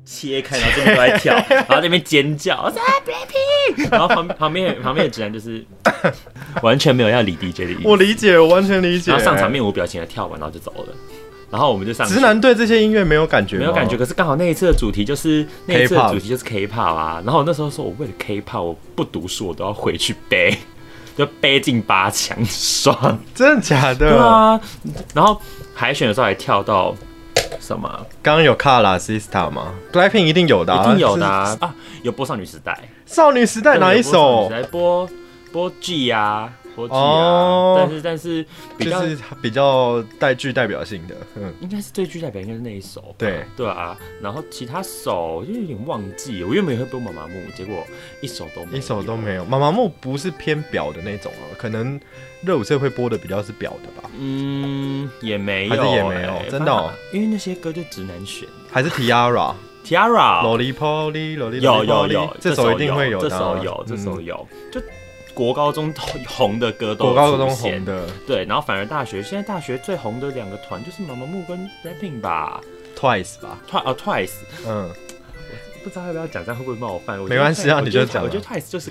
切开，然后这边都在跳，然后这边尖叫，我说 Blackpink， 然后旁边的直男就是完全没有要理 DJ 的意思。 我理解，我完全理解。 然后上场面无表情的跳完，然后就走了。然后我们就上去。 直男对这些音乐没有感觉吗？ 没有感觉，可是刚好那一次的主题就是 K-pop 啊。然后我那时候说，我为了 K-pop， 我不读书，我都要回去背，就背进8强，爽！ 真的假的？ 对啊。然后海选的时候还跳到什么？ 刚刚有 Kara Sista 吗 ？Blackpink 一定有的、啊， 一定有的 啊！有播少女时代。 少女时代哪一首？ 来播 G 啊。哦，但是就是比较具代表性的， 应该是最具代表应该是那一首， 对啊，然后其他首就有点忘记，我原本也会播妈妈木，结果一首都没有。妈妈木不是偏表的那种哦，可能热舞社会播的比较是表的吧， 也没有， 还是也没有，真的哦， 因为那些歌就直男选， 还是 Tiara。Lolly Polly， 有， 这首一定会有的， 这首有，就。国高中红的歌都有出现，国高中红的，对，然后反而现在大学最红的2个团就是妈妈木跟 Blackpink 吧 ，Twice 吧 ，Twice， 我不知道要不要讲，这样会不会冒犯？ 没关系啊，你就讲。 我觉得 Twice 就是，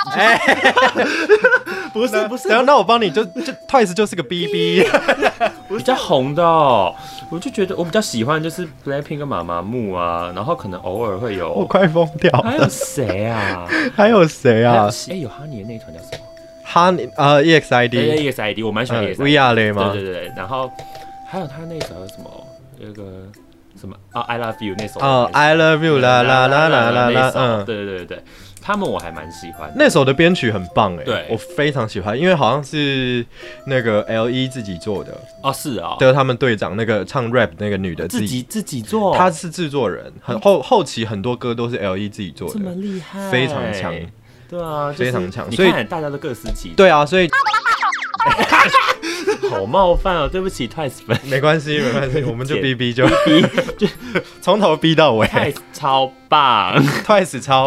不是， 那我帮你就 Twice 就是个 BB， 比较红的哦，我就觉得我比较喜欢就是 Blackpink 跟妈妈木啊，然后可能偶尔会有， 我快疯掉了。 还有谁啊？ 有 Honey 的那一团叫什么 ？Honey EXID， 我蛮喜欢 EXID。 VR 类吗？ 对，然后还有他那首有什么？有一个什么I Love You 那首 I Love You 啦啦啦啦啦啦， 对，他们我还蛮喜欢的。 那首的编曲很棒哎， 对， 我非常喜欢，因为好像是那个 LE 自己做的哦，是啊， 对，他们队长那个唱 rap 那个女的自己做，她是制作人，后期很多歌都是 LE 自己做的， 这么厉害， 非常强， 对啊， 非常强， 所以大家都各司其职， 对啊，所以。 好冒犯哦，对不起 Twice 粉， 没关系，我们就逼就从头逼到尾 ，Twice 超棒 ，Twice 超，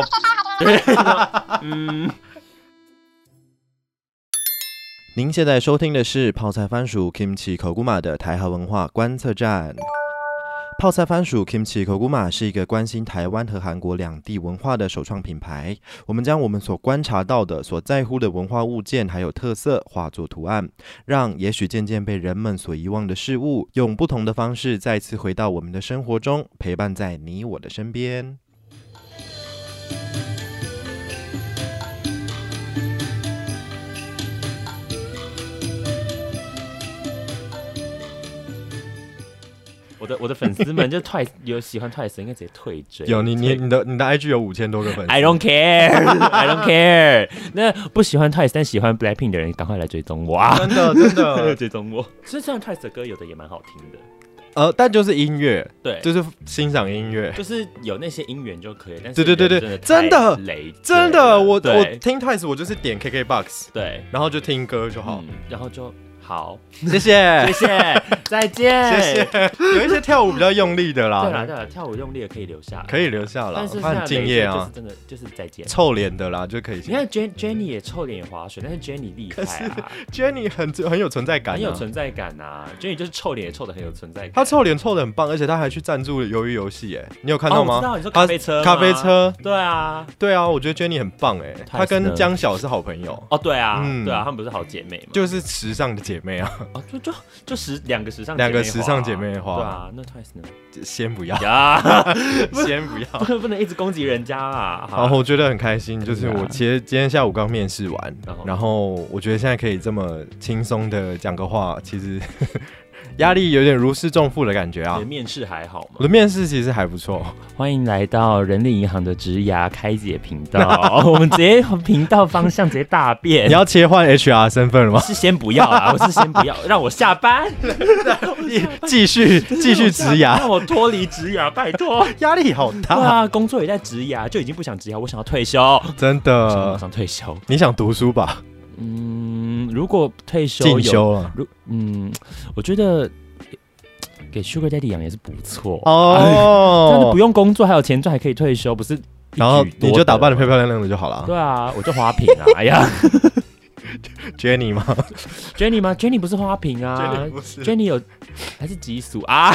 您现在收听的是泡菜番薯 Kimchi Koguma 的台韩文化观测站。泡菜番薯 Kimchi Koguma 是一个关心台湾和韩国两地文化的首创品牌。我们将我们所观察到的、所在乎的文化物件还有特色化作图案，让也许渐渐被人们所遗忘的事物，用不同的方式再次回到我们的生活中，陪伴在你我的身边。 我的粉丝们就 Twice 有喜欢 Twice 应该直接退追。 有你的 IG 有5000多个粉丝。 I don't care。那不喜欢 Twice 但喜欢 Blackpink 的人，赶快来追踪我啊！ 真的追踪我。其实虽然 Twice 的歌有的也蛮好听的， 但就是音乐， 对， 就是欣赏音乐， 就是有那些音源就可以。但是对，真的，我听 Twice 我就是点 KKBOX， 对， 然后就听歌就好， 然后就。好， 谢谢， 再见， 谢谢。有一些跳舞比较用力的啦， 对啦，跳舞用力的可以留下， 但是很敬业啊， 真的就是再见。 臭脸的啦就可以。 你看 Jennie 也臭脸也滑水，但是 Jennie 厉害啊 ，Jennie 很有存在感， 很有存在感啊。Jennie 就是臭脸也臭的很有存在感， 她臭脸臭的很棒，而且她还去赞助鱿鱼游戏，哎，你有看到吗？ 我知道，你说咖啡车，对啊， 我觉得 Jennie 很棒，哎，她跟江晓是好朋友。 哦，对啊，她们不是好姐妹吗？ 就是时尚的姐妹啊。 哦，就两个时尚姐妹花， 对啊，那 Twice 呢？ 先不要呀， 先不要， 不能一直攻击人家啊。 然后我觉得很开心，就是我其实今天下午刚面试完，然后我觉得现在可以这么轻松的讲个话，其实压力有点如释重负的感觉啊。 你的面试还好吗？ 我的面试其实还不错。 欢迎来到人力银行的职涯开解频道，我们直接频道方向直接大变。 你要切换 HR 身份了吗？ 是先不要啦，我是先不要，让我下班， 继续职涯， 让我脱离职涯，拜托， 压力好大。 对啊，工作也在职涯，就已经不想职涯，我想要退休， 真的， 我想退休。 你想读书吧？ 如果退休进修了， 我觉得给 Sugar Daddy 养也是不错哦， 这样就不用工作，还有钱赚，还可以退休，不是？ 然后你就打扮得漂漂亮亮的就好了。 对啊，我就花瓶啊，哎呀 ，Jennie 吗？ Jenny 吗 ？Jenny 不是花瓶啊 ，Jenny 有还是激素啊？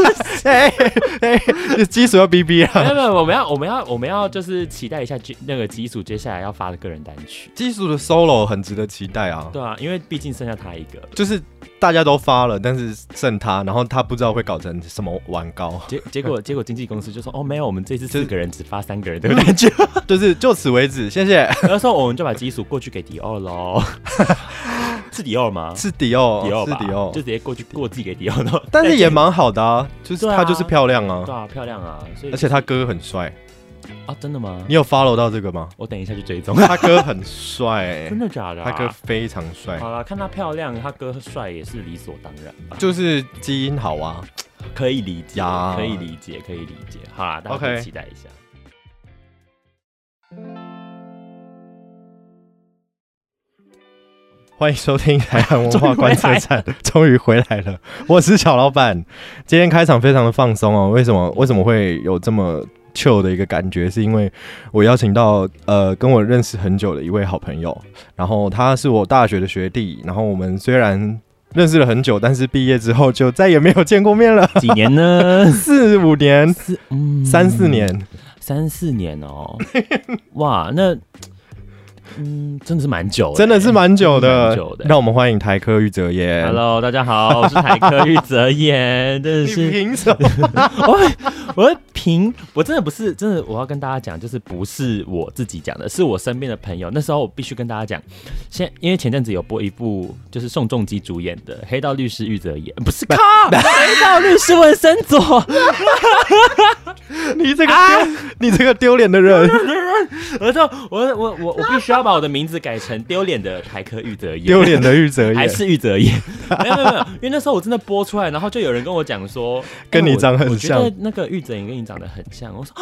激素要 BB 啊？ 没有，我们要就是期待一下那个激素接下来要发的个人单曲。 激素的 solo 很值得期待啊。 对啊，因为毕竟剩下他一个， 就是大家都发了，但是剩他，然后他不知道会搞成什么玩高。 结果经纪公司就说哦没有，我们这次4个人只发3个人这个单曲， 就是就此为止，谢谢。 那时候我们就把激素过去给迪奥喽。是迪奥吗？ 是迪奥， 是迪奥，就直接过自己给迪奥的。 但是也蛮好的啊，就是他就是漂亮啊， 对啊，漂亮啊，所以而且他哥很帅啊，真的吗？ 你有 follow 到这个吗？ 我等一下去追踪。 他哥很帅， 真的假的？ 他哥非常帅。 好啦，看他漂亮，他哥帅也是理所当然吧。 就是基因好啊， 可以理解，可以理解。好啦，大家可以期待一下。 欢迎收听台湾文化观测站，终于回来了。我是小老板。今天开场非常的放松哦。为什么会有这么 chill 的一个感觉？是因为我邀请到跟我认识很久的一位好朋友，然后他是我大学的学弟，然后我们虽然认识了很久，但是毕业之后就再也没有见过面了。 几年呢 ？4、5年，3、4年 ，3、4年哦。哇，那。真的是蛮久的， 真的是蛮久的。让我们欢迎台科玉泽演。 Hello， 大家好，我是台科玉泽演。真的是， 你凭什么？ 我真的不是真的，我要跟大家讲，就是不是我自己讲的，是我身边的朋友。那时候我必须跟大家讲，因为前阵子有播一部就是宋仲基主演的《黑道律师玉泽演》，不是靠黑道律师文森佐。 你这个丢脸的人。 我必须要把我的名字改成丢脸的台科玉泽演， 丢脸的玉泽演， 还是玉泽演？没有，因为那时候我真的播出来，然后就有人跟我讲说， 跟你长很像， 我觉得那个玉泽演跟你长得很像。我说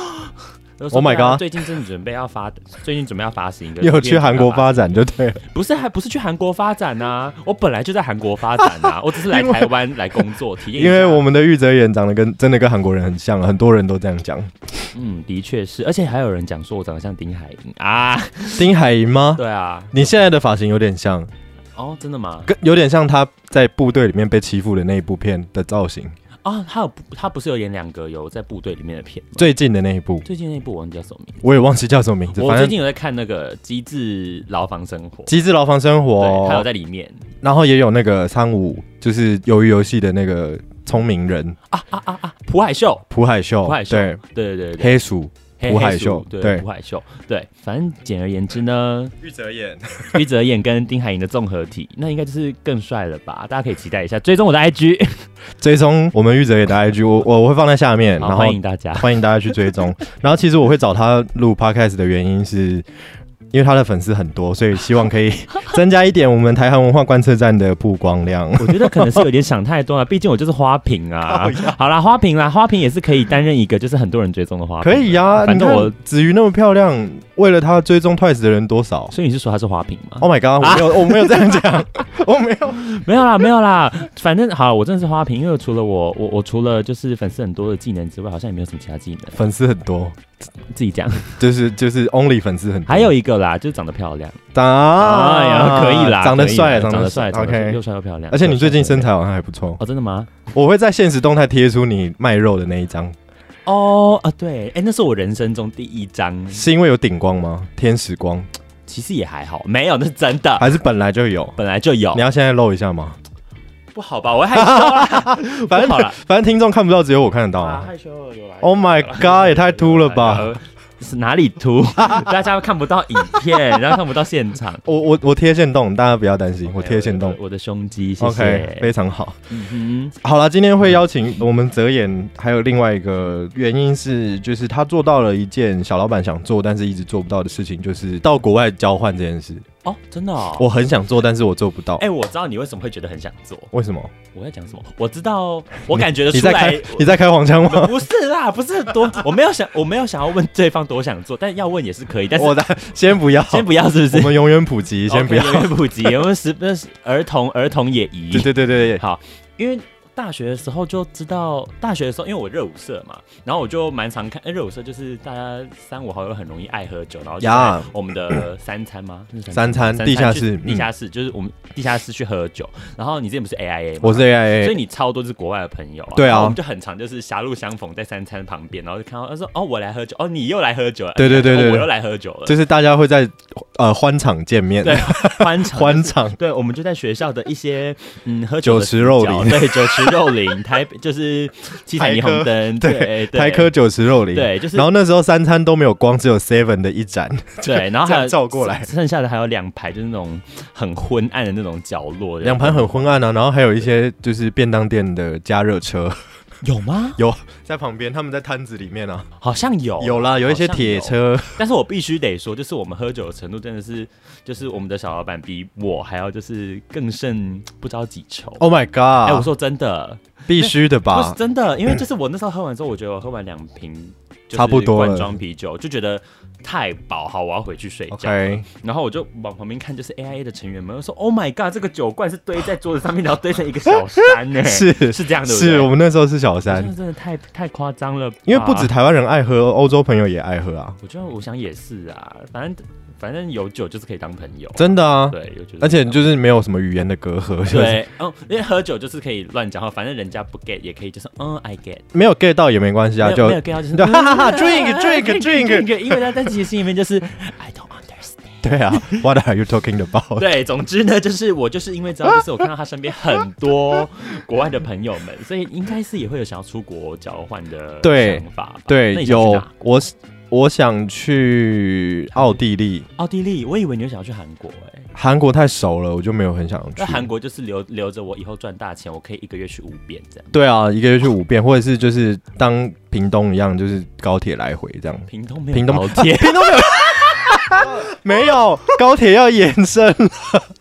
，Oh my god！ 最近准备要发行一个， 有去韩国发展就对了， 还不是去韩国发展啊，我本来就在韩国发展啊，我只是来台湾来工作体验。 因为我们的玉泽演长得真的跟韩国人很像，很多人都这样讲。 的确是，而且还有人讲说我长得像丁海寅啊。 丁海寅吗？ 对啊， 你现在的发型有点像。 哦，真的吗？ 有点像他在部队里面被欺负的那一部片的造型。 啊，他不是有演2个有在部队里面的片吗？ 最近的那一部我忘记叫什么名字， 我也忘记叫什么名字。 我最近有在看那个《机智牢房生活》，对，他有在里面， 然后也有那个35，就是鱿鱼游戏的那个聪明人朴海秀，对， 黑鼠。朴海秀， 对，朴海秀，对，反正简而言之呢， 玉泽演跟丁海寅的综合体，那应该就是更帅了吧？大家可以期待一下，追踪我的 IG， 追踪我们玉泽演的 IG， 我会放在下面，然后欢迎大家去追踪。然后其实我会找他录 Podcast 的原因是，因为他的粉丝很多，所以希望可以增加一点我们台韩文化观测站的曝光量。 我觉得可能是有点想太多了，毕竟我就是花瓶啊。好啦，花瓶也是可以担任一个就是很多人追踪的花瓶。 可以啊，反正我子瑜那么漂亮，为了她追踪 Twice 的人多少？ 所以你是说她是花瓶吗 ？Oh my god， 我没有这样讲，我没有啦。反正好，我真的是花瓶，因为除了我除了就是粉丝很多的技能之外，好像也没有什么其他技能。 粉丝很多。 自己讲， 就是 only 粉丝很多， 还有一个啦，就是长得漂亮，可以啦， 长得帅 ，OK， 又帅又漂亮， 而且你最近身材好像还不错哦，真的吗？ 我会在限时动态贴出你卖肉的那一张。 对，那是我人生中第一张， 是因为有顶光吗？天使光？ 其实也还好，没有，那是真的， 还是本来就有？ 本来就有。 你要现在露一下吗？ 不好吧，我害羞啦。 反正听众看不到，只有我看得到啊。 害羞了，有来。 Oh my god， 也太秃了吧！ 是哪里秃？大家看不到影片，然后看不到现场。 我贴线动，大家不要担心，我贴线动。 我的胸肌，谢谢。 OK， 非常好。好了，今天会邀请我们泽演，还有另外一个原因是，就是他做到了一件小老板想做，但是一直做不到的事情，就是到国外交换这件事。 哦，真的哦， 我很想做，但是我做不到。 我知道你为什么会觉得很想做。 为什么？ 我在讲什么？我知道，我感觉得出来。 你在开黄腔吗？ 不是啦，不是多，我没有想要问对方多想做，但要问也是可以。但是先不要， 是不是？ 我们永远普及，先不要， 永远普及。我们儿童也宜。 对。 好，因为大学的时候就知道，大学的时候因为我热舞社嘛，然后我就蛮常看，热舞社就是大家3、5好友很容易爱喝酒，然后就在我们的三餐吗？ 三餐地下室， 地下室就是我们地下室去喝酒。然后你之前不是 AIA 吗？ 我是 AIA， 所以你超多是国外的朋友啊。 对啊， 我们就很常就是狭路相逢在三餐旁边，然后就看到他说哦我来喝酒，哦你又来喝酒了， 对， 我又来喝酒了， 就是大家会在欢场见面， 对，欢场， 对，我们就在学校的一些喝酒的酒池肉林， 对，酒池肉林，台北就是七彩霓虹灯，对， 台科酒池肉林， 对，就是， 然后那时候三餐都没有光，只有 Seven 的一盏， 对，然后还有照过来， 剩下的还有2排，就是那种很昏暗的那种角落 ，2排很昏暗啊，然后还有一些就是便当店的加热车。 有吗？ 有，在旁边，他们在摊子里面啊， 好像有啦，有一些铁车。 但是我必须得说，就是我们喝酒的程度真的是，就是我们的小老板比我还要就是更胜不知道几筹。 Oh my god！ 我说真的， 必须的吧？ 不是真的，因为就是我那时候喝完之后，我觉得我喝完2瓶。 差不多罐装啤酒就觉得太饱，好，我要回去睡觉。 Okay. 然后我就往旁边看，就是 AIA 的成员们，就说 ：“Oh my god， 这个酒罐是堆在桌子上面，然后堆成一个小山呢。”是这样的， 是我们那时候是小山， 真的太夸张了。 因为不止台湾人爱喝，欧洲朋友也爱喝啊。 我想也是啊，反正有酒就是可以当朋友， 真的啊。 对，有酒， 而且就是没有什么语言的隔阂。 对，因为喝酒就是可以乱讲话，反正人家不 get 也可以，就是I get， 没有 get 到也没关系啊， 就没有 get 到就是哈哈哈 drink， 因为他在自己心里面就是 I don't understand。 对啊 ，What are you talking about？ 对，总之呢，就是我就是因为知道，就是我看到他身边很多国外的朋友们，所以应该是也会有想要出国交换的想法吧。 对，有我想去奥地利。 奥地利，我以为你会想要去韩国韩国太熟了，我就没有很想去。 那韩国就是留着我以后赚大钱，我可以1个月去5遍这样。 对啊，1个月去5遍，或者是就是当屏东一样，就是高铁来回这样。 屏东没有高铁， 屏东没有，没有高铁要延伸了。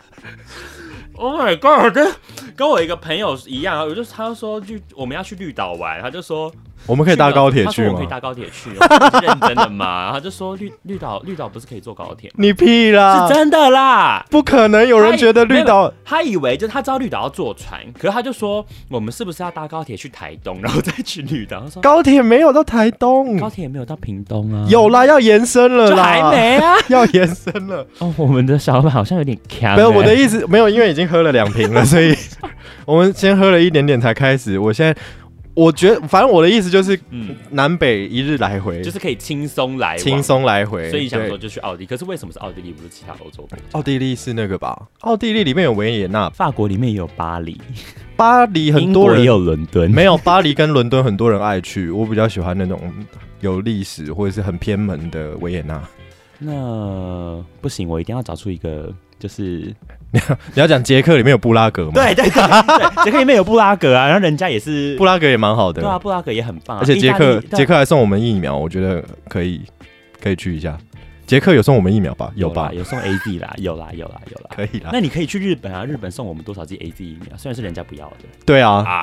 Oh my god！ 跟我一个朋友一样，他就说我们要去绿岛玩，他就说我们可以搭高铁去吗？ 他说我可以搭高铁去，我是认真的嘛？然后他就说绿岛不是可以坐高铁吗？ 你屁啦！ 是真的啦！ 不可能有人觉得绿岛， 他以为就是他知道绿岛要坐船，可是他就说我们是不是要搭高铁去台东，然后再去绿岛？他说高铁没有到台东， 高铁也没有到屏东啊， 有啦，要延伸了啦， 就还没啊， 要延伸了。 哦，我们的小老板好像有点强。 没有，我的意思没有，因为已经喝了2瓶了，所以我们先喝了一点点才开始。我觉得，反正我的意思就是，南北1日来回， 就是可以轻松来回。 所以想说就去奥地利，可是为什么是奥地利，不是其他欧洲国家？ 奥地利是那个吧？奥地利里面有维也纳， 法国里面也有巴黎， 巴黎很多人， 英国也有伦敦。 没有，巴黎跟伦敦很多人爱去，我比较喜欢那种有历史或者是很偏门的维也纳。 那不行，我一定要找出一个，就是你要讲捷克里面有布拉格吗？ 对，捷克里面有布拉格啊，然后人家也是布拉格也蛮好的， 对啊，布拉格也很棒而且捷克还送我们疫苗，我觉得可以去一下。捷克有送我们疫苗吧？有吧？ 有送 AZ 啦，有啦， 可以啦。 那你可以去日本啊，日本送我们多少剂 AZ 疫苗？虽然是人家不要的。 对啊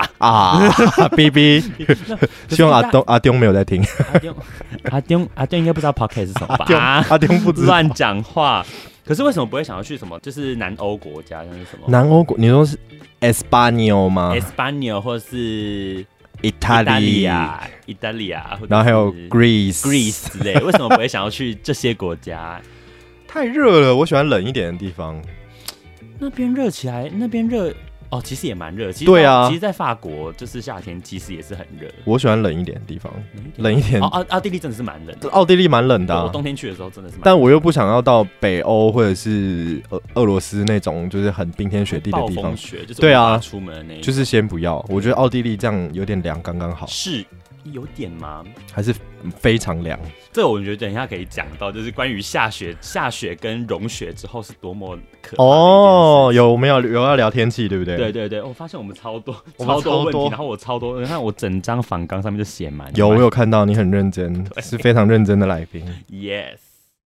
，BB， 希望阿东没有在听。 阿东应该不知道 Podcast 是什么吧？ 阿东不知道， 乱讲话。可是为什么不会想要去什么？就是南欧国家，像是什么？ 南欧国，你说是 Espanyol 吗 ？Espanyol 或是意大利，然后还有 Greece 之类，为什么不会想要去这些国家？ 太热了，我喜欢冷一点的地方。 那边热起来，哦，其实也蛮热。 对啊， 其实，在法国就是夏天，其实也是很热。 我喜欢冷一点的地方，冷一点。 奥地利真的是蛮冷的。 奥地利蛮冷的， 我冬天去的时候真的是蛮冷的。 但我又不想要到北欧或者是俄罗斯那种就是很冰天雪地的地方。 暴风雪，就是对啊， 出门的那一种。 就是先不要。我觉得奥地利这样有点凉，刚刚好。 是有点吗？ 还是非常凉？ 这我觉得等一下可以讲到，就是关于下雪跟融雪之后是多么可怕的哦。有没有要聊天气，对不对？ 对，我发现我们超多问题，然后我超多，你看我整张访纲上面就写满。 有，我有看到你很认真，是非常认真的来宾。 Yes。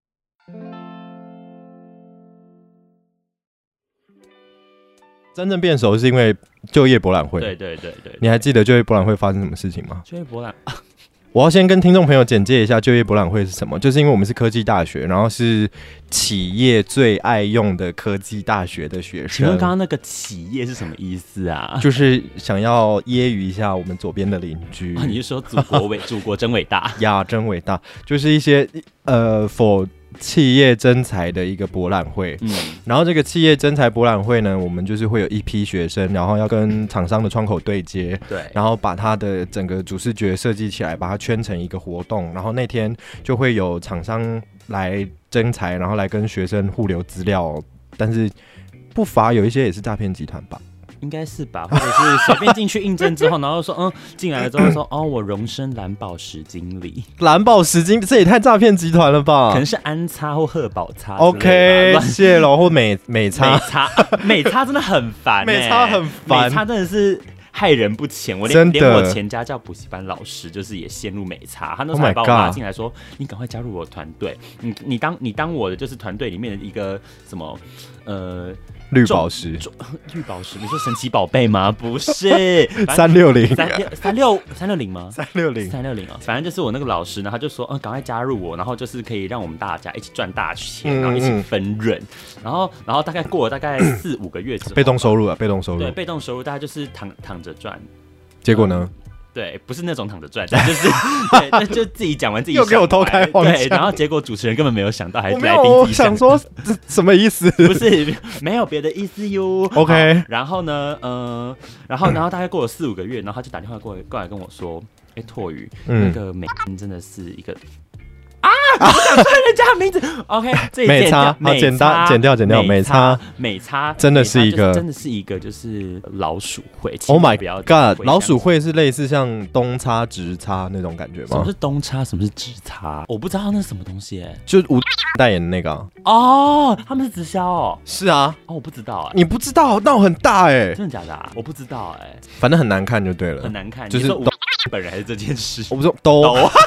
真正变熟是因为就业博览会。 对。 你还记得就业博览会发生什么事情吗？ 就业博览我要先跟听众朋友简介一下就业博览会是什么，就是因为我们是科技大学，然后是企业最爱用的科技大学的学生。 请问刚刚那个企业是什么意思啊？ 就是想要揶揄一下我们左边的邻居。 你是说祖国真伟大呀，真伟大，就是一些for企业征才的一个博览会。然后这个企业征才博览会呢，我们就是会有一批学生，然后要跟厂商的窗口对接， 对， 然后把它的整个主视觉设计起来，把它圈成一个活动，然后那天就会有厂商来征才，然后来跟学生互留资料，但是不乏有一些也是诈骗集团吧。 应该是吧，或者是随便进去应征之后，然后说进来了之后说我荣升蓝宝石经理， 蓝宝石经理这也太诈骗集团了吧？ 可能是安插或贺宝插 ，OK， 谢喽，或美差美差真的很烦， 美差很烦， 美差真的是害人不浅。我连我前家教补习班老师就是也陷入美差，他那时候还把我拉进来说，你赶快加入我的团队，你当我的就是团队里面的一个什么绿宝石， 绿宝石，你说神奇宝贝吗？不是，360吗？360哦，反正就是我那个老师呢，他就说，赶快加入我，然后就是可以让我们大家一起赚大钱，然后一起分润，然后大概过了大概4-5个月之后， 被动收入啊，被动收入， 对，被动收入大概就是躺着赚， 结果呢？ 对，不是那种躺着赚，但就是对，那就自己讲完自己又给我偷开黄腔， 对，然后结果主持人根本没有想到，还是来我想说什么意思？ 不是，没有别的意思哟。 OK， 然后呢，然后大概过了4-5个月，然后他就打电话过来跟我说，拓宇，那个美真的是一个。我想说人家的名字 ，OK， 这美差，剪掉，美差，真的是一个就是老鼠会。 Oh my god， 老鼠会是类似像东差直差那种感觉吗？ 什么是东差？什么是直差？我不知道那是什么东西就是吴代言的那个他们是直销哦。 是啊， 我不知道你不知道，闹很大真的假的啊？我不知道反正很难看就对了， 很难看， 就是吴本人还是这件事？ 我不说都。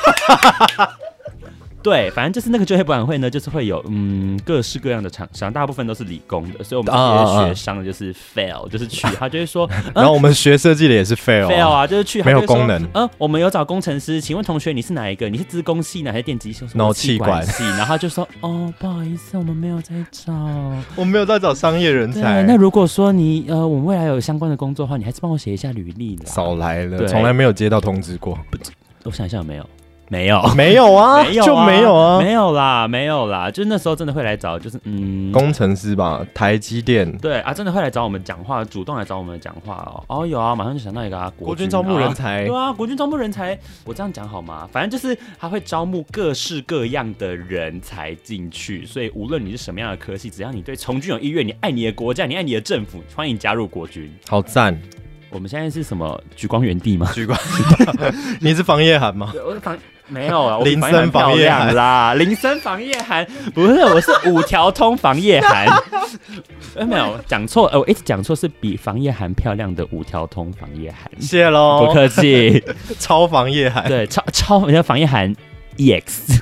对，反正就是那个就业博览会呢，就是会有各式各样的厂商，大部分都是理工的，所以我们这些学商的就是 fail， 就是去他就会说， 然后我们学设计的也是 fail 啊，就是去没有功能。 我们有找工程师，请问同学你是哪一个？你是资工系呢还是电机系？ 气管系？然后他就说不好意思，我们没有在找， 我们没有在找商业人才。 那如果说你我们未来有相关的工作的话，你还是帮我写一下履历啦。 少来了，从来没有接到通知过。 我想一下有没有。 没有啊，就没有啦，就是那时候真的会来找，就是工程师吧，台积电， 对啊，真的会来找我们讲话，主动来找我们讲话有啊，马上就想到一个国军招募人才， 对啊，国军招募人才，我这样讲好吗？反正就是他会招募各式各样的人才进去，所以无论你是什么样的科系，只要你对从军有意愿，你爱你的国家，你爱你的政府，欢迎加入国军， 好赞。 我们现在是什么举光原地吗？ 举光，你是防夜寒吗？ 我没有啊， 林森防夜寒啦，林森防夜寒不是，我是5条通防夜寒，没有讲错，我一直讲错，是比防夜寒漂亮的5条通防夜寒， 谢喽， 不客气， 超防夜寒， 对，超防夜寒 EX，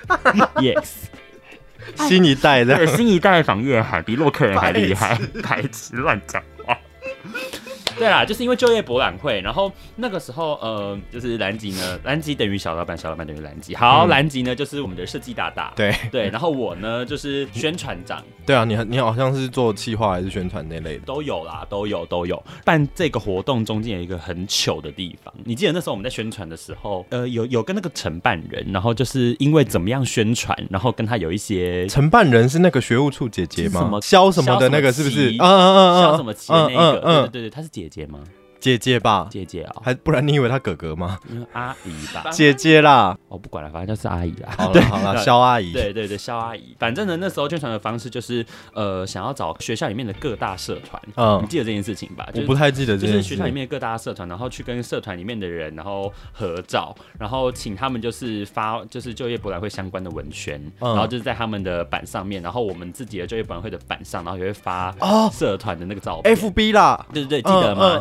新一代的， 对，新一代防夜寒比洛克人还厉害，白痴乱讲话。对啦，就是因为就业博览会，然后那个时候就是蓝吉呢，蓝吉等于小老板，小老板等于蓝吉。好，蓝吉呢就是我们的设计大大，对，然后我呢就是宣传长。对啊，你好像是做企划还是宣传那类的？都有啦，都有。办这个活动中间有一个很糗的地方，你记得那时候我们在宣传的时候，有跟那个承办人，然后就是因为怎么样宣传，然后跟他有一些承办人是那个学务处姐姐吗？肖什么的那个是不是？肖什么琪的那个？对，她是姐姐吗？姐姐吧，姐姐啊，还不然你以为她哥哥吗？阿姨吧，姐姐啦，不管了，反正就是阿姨啦。好了，肖阿姨，对，肖阿姨。反正呢，那时候宣传的方式就是想要找学校里面的各大社团，你记得这件事情吧？我不太记得这件事，就是学校里面的各大社团，然后去跟社团里面的人，然后合照，然后请他们就是发就是就业博览会相关的文宣，然后就是在他们的板上面，然后我们自己的就业博览会的板上，然后也会发社团的那个照片 ，FB 啦，对，记得吗？记得。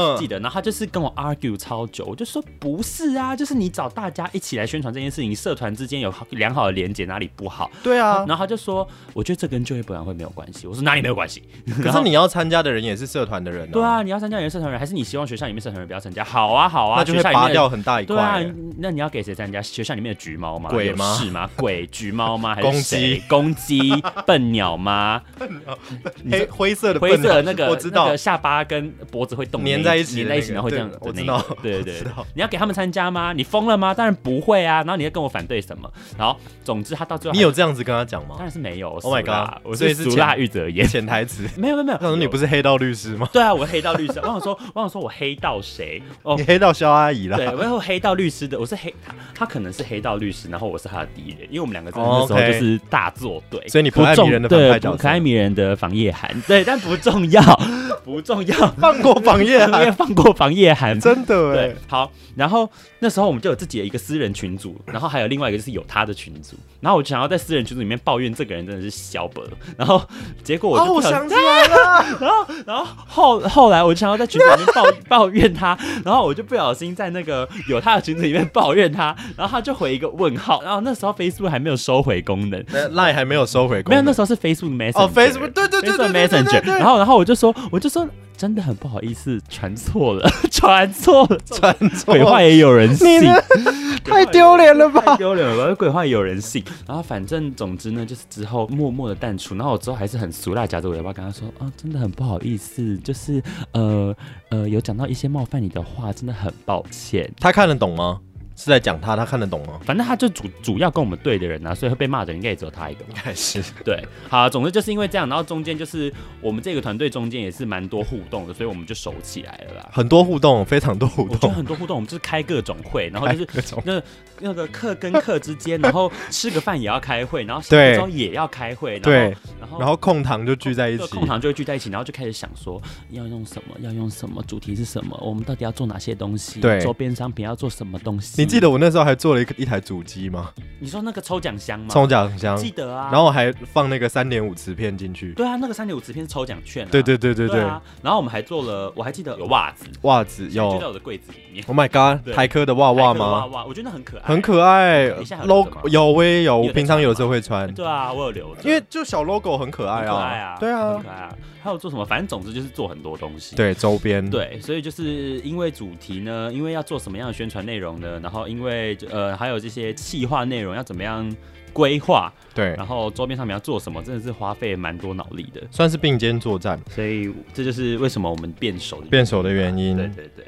记得，然后他就是跟我 argue 超久，我就说不是啊，就是你找大家一起来宣传这件事情，社团之间有良好的连结，哪里不好？ 对啊， 然后他就说，我觉得这跟就业博览会没有关系。我说哪里没有关系？ 可是你要参加的人也是社团的人对啊，你要参加你的社团人，还是你希望学校里面社团人不要参加？好啊， 那就会拔掉很大一块。对啊，那你要给谁参加？学校里面的橘猫吗？ 鬼吗？ 是吗？鬼橘猫吗？还是谁？公鸡？笨鸟吗？ 灰色的那个， 我知道， 那个下巴跟脖子会动粘在一起， 然后会这样。 我知道， 对，你要给他们参加吗？你疯了吗？当然不会啊。然后你要跟我反对什么？然后总之他到最后， 你有这样子跟他讲吗？ 当然是没有。 Oh my god！ 我是俗辣玉泽演潜台词。 没有。 我说你不是黑道律师吗？ 对啊，我黑道律师。我想说我黑道谁？ 你黑道肖阿姨啦。 对，我有黑道律师的，我是他可能是黑道律师，然后我是他的敌人，因为我们两个真的那时候就是大作对。 所以你可爱迷人的反派角色， 可爱迷人的房夜涵，对，但不重要， 放过房夜涵， 放过房夜涵， 真的对。好，然后那时候我们就有自己的一个私人群组，然后还有另外一个就是有他的群组，然后我想要在私人群组里面抱怨这个人真的是小本，然后结果我想起来了， 然后后来我就想要在群组里面抱怨他，然后我就不小心在那个有他的群组里面抱怨他，然后他就回一个问号，然后那时候 Facebook 还没有收回功能 ，Line 还没有收回功能， 没有，那时候是 Facebook Messenger， Facebook 对 Messenger， 然后我就说真的很不好意思，传错了，鬼话也有人信， 太丢脸了吧， 太丢脸了吧，鬼话也有人信。然后反正总之呢，就是之后默默的淡出，然后我之后还是很俗辣夹着尾巴跟他说，真的很不好意思，就是有讲到一些冒犯你的话，真的很抱歉。 他看得懂吗？是在讲他看得懂吗？ 反正他就主要跟我们对的人啊，所以会被骂的人应该也只有他一个。 应该是对，好，总之就是因为这样，然后中间就是我们这个团队中间也是蛮多互动的，所以我们就熟起来了啦。 很多互动，非常多互动， 我觉得很多互动，我们就是开各种会，然后就是那个课跟课之间，然后吃个饭也要开会，然后下周也要开会， 对，然后空堂就聚在一起， 空堂就会聚在一起，然后就开始想说要用什么，主题是什么，我们到底要做哪些东西， 对， 周边商品要做什么东西。 你记得我那时候还做了一台主机吗？ 你说那个抽奖箱吗？ 抽奖箱记得啊， 然后我还放那个3.5磁片进去。 对啊，那个3.5磁片是抽奖券啊。 对、 啊。然后我们还做了，我还记得有袜子有，就在我的柜子里面。 Oh my god， 台科的袜袜吗？ 袜，我觉得很可爱， 很可爱。logo 我也有，我平常有时候会穿。 对啊，我有留着， 因为就小 logo 很可爱啊。 很可爱啊， 对啊， 很可爱啊。还有做什么？反正总之就是做很多东西。 对，周边。 对，所以就是因为主题呢，因为要做什么样的宣传内容呢？然后因为还有这些企划内容要怎么样规划？ 对， 然后周边上面要做什么，真的是花费蛮多脑力的， 算是并肩作战。 所以这就是为什么我们变熟的原因。 对。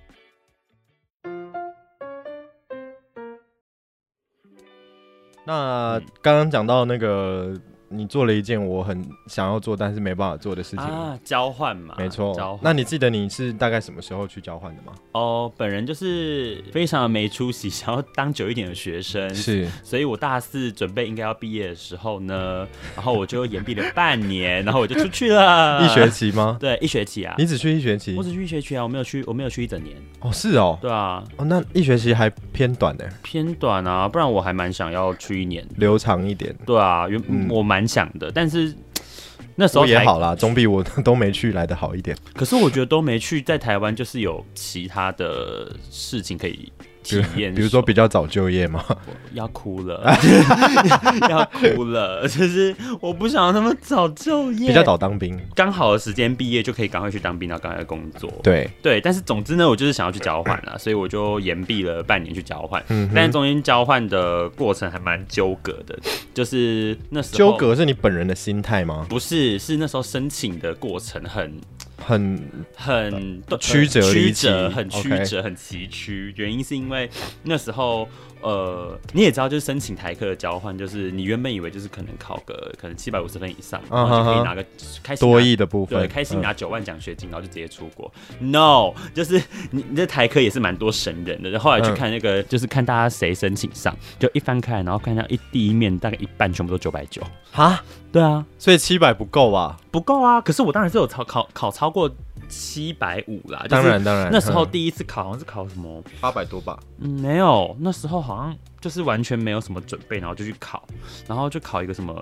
那刚刚讲到那个，你做了一件我很想要做但是没办法做的事情啊，交换嘛， 没错。那你记得你是大概什么时候去交换的吗？ 本人就是非常的没出息，想要当久一点的学生， 是， 所以我大4准备应该要毕业的时候呢，然后我就延毕了半年，然后我就出去了。 1学期吗？ 对，1学期啊。 你只去1学期？ 我只去1学期啊，我没有去1整年。 哦，是哦。 对啊。 那1学期还偏短呢。 偏短啊，不然我还蛮想要去1年， 留长一点。 对啊，我蛮想的，但是那时候也好啦，总比我都没去来的好一点。 可是我觉得都没去，在台湾就是有其他的事情可以体验， 比如说比较早就业吗？ 要哭了，要哭了，就是我不想要那么早就业， 比较早当兵， 刚好的时间毕业就可以赶快去当兵，然后赶快工作。 对， 但是总之呢，我就是想要去交换啦，所以我就延毕了半年去交换。但是中间交换的过程还蛮纠葛的，就是那时候纠葛是你本人的心态吗？ 不是，是那时候申请的过程很曲折， 很曲折，很崎岖。原因是因为那时候你也知道，就是申请台科的交换，就是你原本以为就是可能考个750分以上，然后就可以拿个开心多益的部分， 对，开心拿9万奖学金，然后就直接出国。No， 就是你这台科也是蛮多神人的。后来去看那个，就是看大家谁申请上，就一翻开，然后看到第一面大概一半全部都990 哈， 对啊， 所以700不够吧？ 不够啊！可是我当然是有考超过750啦， 当然， 那时候第一次考好像是考什么 800多吧？ 没有，那时候好像就是完全没有什么准备，然后就去考，然后就考一个什么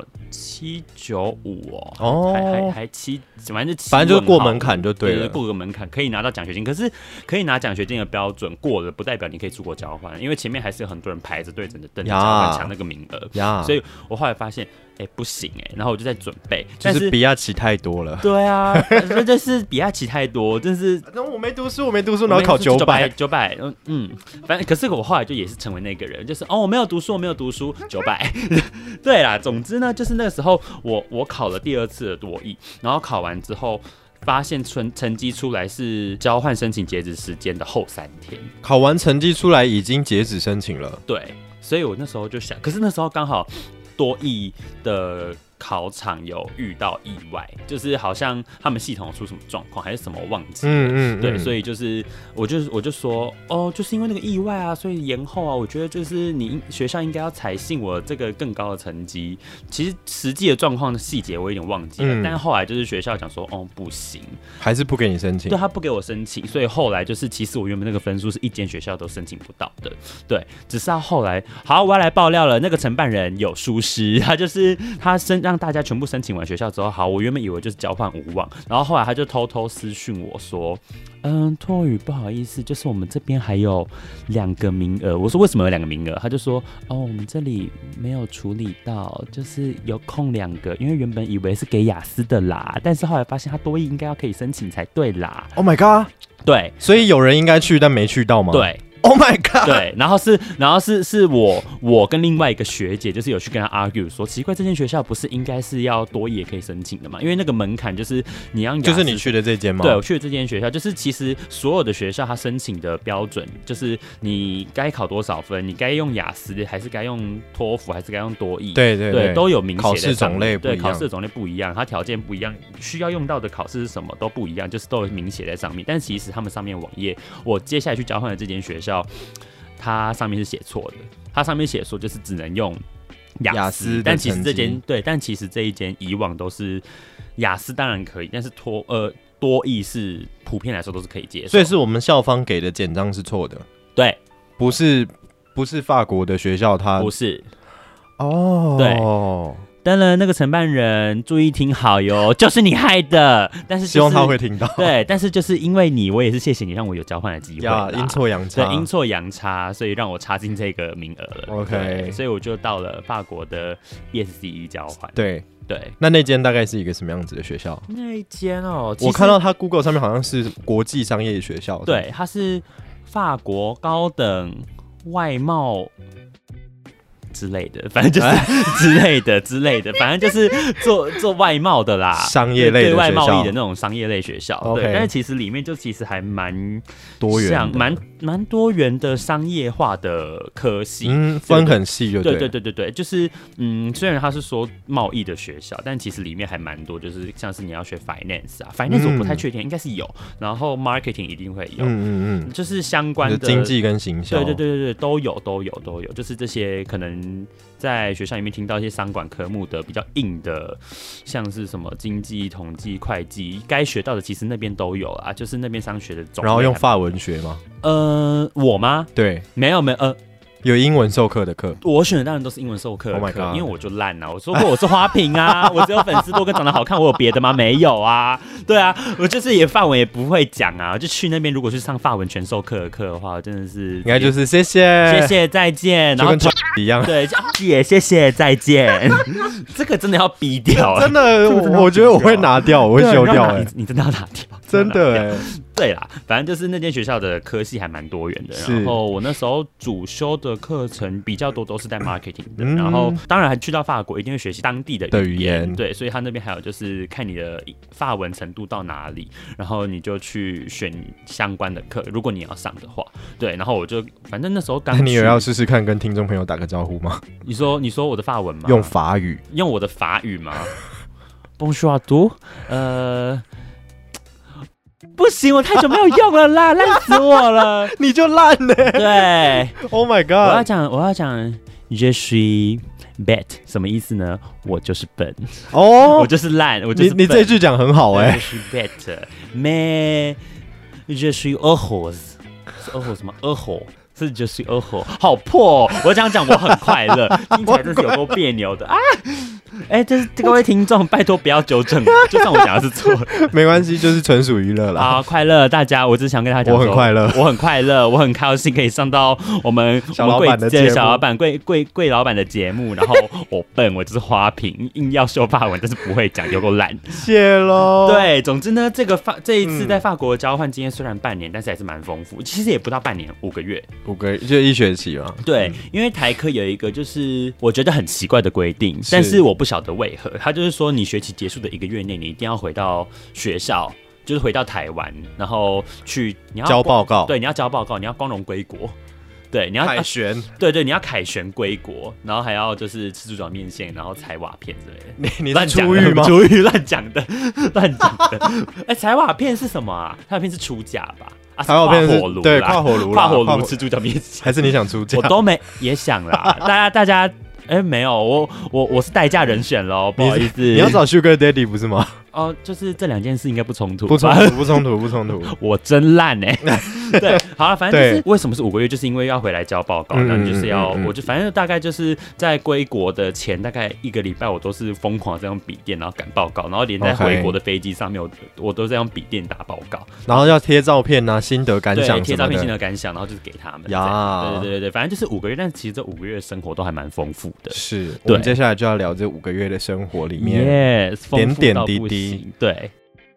795还7，反正就是过门槛就对了， 过个门槛可以拿到奖学金。可是可以拿奖学金的标准过了，不代表你可以出国交换，因为前面还是有很多人排着队等着交换抢那个名额。所以我后来发现，不行然后我就在准备， 就是比亚奇太多了。 对啊，这是比亚奇太多，真是。 我没读书，然后考900， 反正可是我后来就也是成为那个人，就是我没有读书，900。对啦，总之呢，就是那个时候我考了第2次的多益，然后考完之后发现成绩出来是交换申请截止时间的后3天。 考完成绩出来已经截止申请了。 对，所以我那时候就想，可是那时候刚好多益的考场有遇到意外，就是好像他们系统出什么状况还是什么，我忘记了。对，所以就是我就说就是因为那个意外啊，所以延后啊。我觉得就是你学校应该要采信我这个更高的成绩。其实实际的状况的细节我有点忘记了，但是后来就是学校讲说不行， 还是不给你申请。 对，他不给我申请，所以后来就是其实我原本那个分数是一间学校都申请不到的。对，只是到后来，好，我要来爆料了，那个承办人有疏失，他让大家全部申请完学校之后，好，我原本以为就是交换无望，然后后来他就偷偷私讯我说，托宇不好意思，就是我们这边还有2个名额。我说为什么有2个名额？他就说我们这里没有处理到，就是有空2个，因为原本以为是给雅思的啦，但是后来发现他多益应该要可以申请才对啦。 Oh my god！ 对， 所以有人应该去但没去到吗？ 对。 Oh my god！ 对，然后是我跟另外一个学姐，就是有去跟她 argue 说，奇怪，这间学校不是应该是要多益也可以申请的吗？因为那个门槛就是你要就是你去的这间吗？ 对，我去的这间学校，就是其实所有的学校它申请的标准，就是你该考多少分，你该用雅思还是该用托福还是该用多益，对，都有明写的。 考试种类不一样， 对，考试种类不一样，它条件不一样，需要用到的考试是什么都不一样，就是都有明写在上面。但其实他们上面网页，我接下来去交换的这间学校，它上面是写错的，它上面写说就是只能用雅思，但其实这一间以往都是雅思当然可以，但是多益是普遍来说都是可以接受， 所以是我们校方给的简章是错的。 对， 不是法国的学校，它不是对。 当然，那个承办人注意听好哟，就是你害的。但是、 希望他会听到。 对，但是就是因为你，我也是谢谢你让我有交换的机会啦。 阴错阳差， 对，阴错阳差，所以让我插进这个名额了。 OK， 所以我就到了法国的 ESCE 交换。 对。那间大概是一个什么样子的学校？ 那一间我看到它 Google 上面好像是国际商业学校。 对，它是法国高等外贸之类的，反正就是之类的，反正就是做外贸的啦， 商业类的学校， 对外贸易的那种商业类学校。 Okay. 对，但是其实里面就其实还蛮多元的， 蛮多元的商业化的科系， 分很细就对。 对，就是虽然他是说贸易的学校，但其实里面还蛮多，就是像是你要学 finance 啊，finance 我不太确定，应该是有，然后 marketing 一定会有，就是相关的经济跟行销， 对，都有，就是这些可能在学校里面听到一些商管科目的比较硬的，像是什么经济、统计、会计，该学到的其实那边都有啊，就是那边商学的种类。 然后用法文学吗？ 我吗？ 对， 没有， 有英文授课的课， 我选的当然都是英文授课的课， Oh my God. 因为我就烂啊！我说过我是花瓶啊，我只有粉丝多跟长得好看，我有别的吗？没有啊，对啊，我就是也法文也不会讲啊，就去那边如果去上法文全授课的课的话，真的是应该就是谢谢再见， 然后就跟一样， 对，也谢谢再见，这个真的要逼掉， 真的，我觉得我会拿掉，我会修掉， 你真的要拿掉， 真的哎。 对啦，反正就是那间学校的科系还蛮多元的，然后我那时候主修的课程比较多都是在 marketing 的，然后当然还去到法国一定会学习当地的语言，对，所以他那边还有就是看你的法文程度到哪里，然后你就去选相关的课，如果你要上的话，对，然后我就反正那时候刚去， 你有要试试看跟听众朋友打个招呼吗？ 你说我的法文吗？ 用法语， 用我的法语吗？Bonjour à tous，不行，我太久没有用了啦，烂死我了！ 你就烂呢？ 对 ，Oh my god！ 我要讲 Je suis bête 什么意思呢？我就是笨哦， 我就是烂，我就是笨。 你这句讲很好哎。 Je suis bête，mais je suis heureuse， heureuse 什么 heureux？ 是就是好破、哦。我这样讲我很快乐，听起来真是有够别扭的啊！就是各位听众，拜托不要纠正我，就算我讲的是错的， 没关系，就是纯属娱乐啦。 啊，快乐大家，我只想跟大家讲， 我很快乐， 我很快乐，我很高兴可以上到我们小老板的节目， 小老板贵老板的节目。然后我笨，我就是花瓶，硬要修法文，但是不会讲，有够烂。 谢喽。 对，总之呢，这一次在法国的交换经验虽然半年，但是还是蛮丰富。其实也不到半年，5个月 ，5个月就1学期嘛。 对，因为台科有一个就是我觉得很奇怪的规定，但是我不晓得为何。他就是说，你学期结束的1个月内，你一定要回到学校，就是回到台湾，然后你要交报告。 对，你要交报告，你要光荣归国。对，你要凯旋， 对，你要凯旋归国，然后还要就是吃猪脚面线，然后采瓦片之类的。 你是出狱吗？ 出狱乱讲的。采瓦片是什么啊？采瓦片是出嫁吧？ 采瓦片是对跨火炉吃猪脚面线， 还是你想出嫁？ 我都没也想啦，大家。没有，我是代驾人选咯，不好意思。 你要找 Sugar Daddy 不是吗？ 就是这2件事应该不冲突， 不冲突。 我真烂对，好了，反正就是为什么是5个月，就是因为要回来交报告，然后就是要，我就反正大概就是在归国的前大概1个礼拜，我都是疯狂在用笔电，然后赶报告，然后连在回国的飞机上面，我都在用笔电打报告， 然后要贴照片啊，心得感想什么的， 贴照片心得感想，然后就是给他们呀，对，反正就是5个月，但其实这5个月的生活都还蛮丰富的。 是，我们接下来就要聊这5个月的生活里面点点滴滴。 对，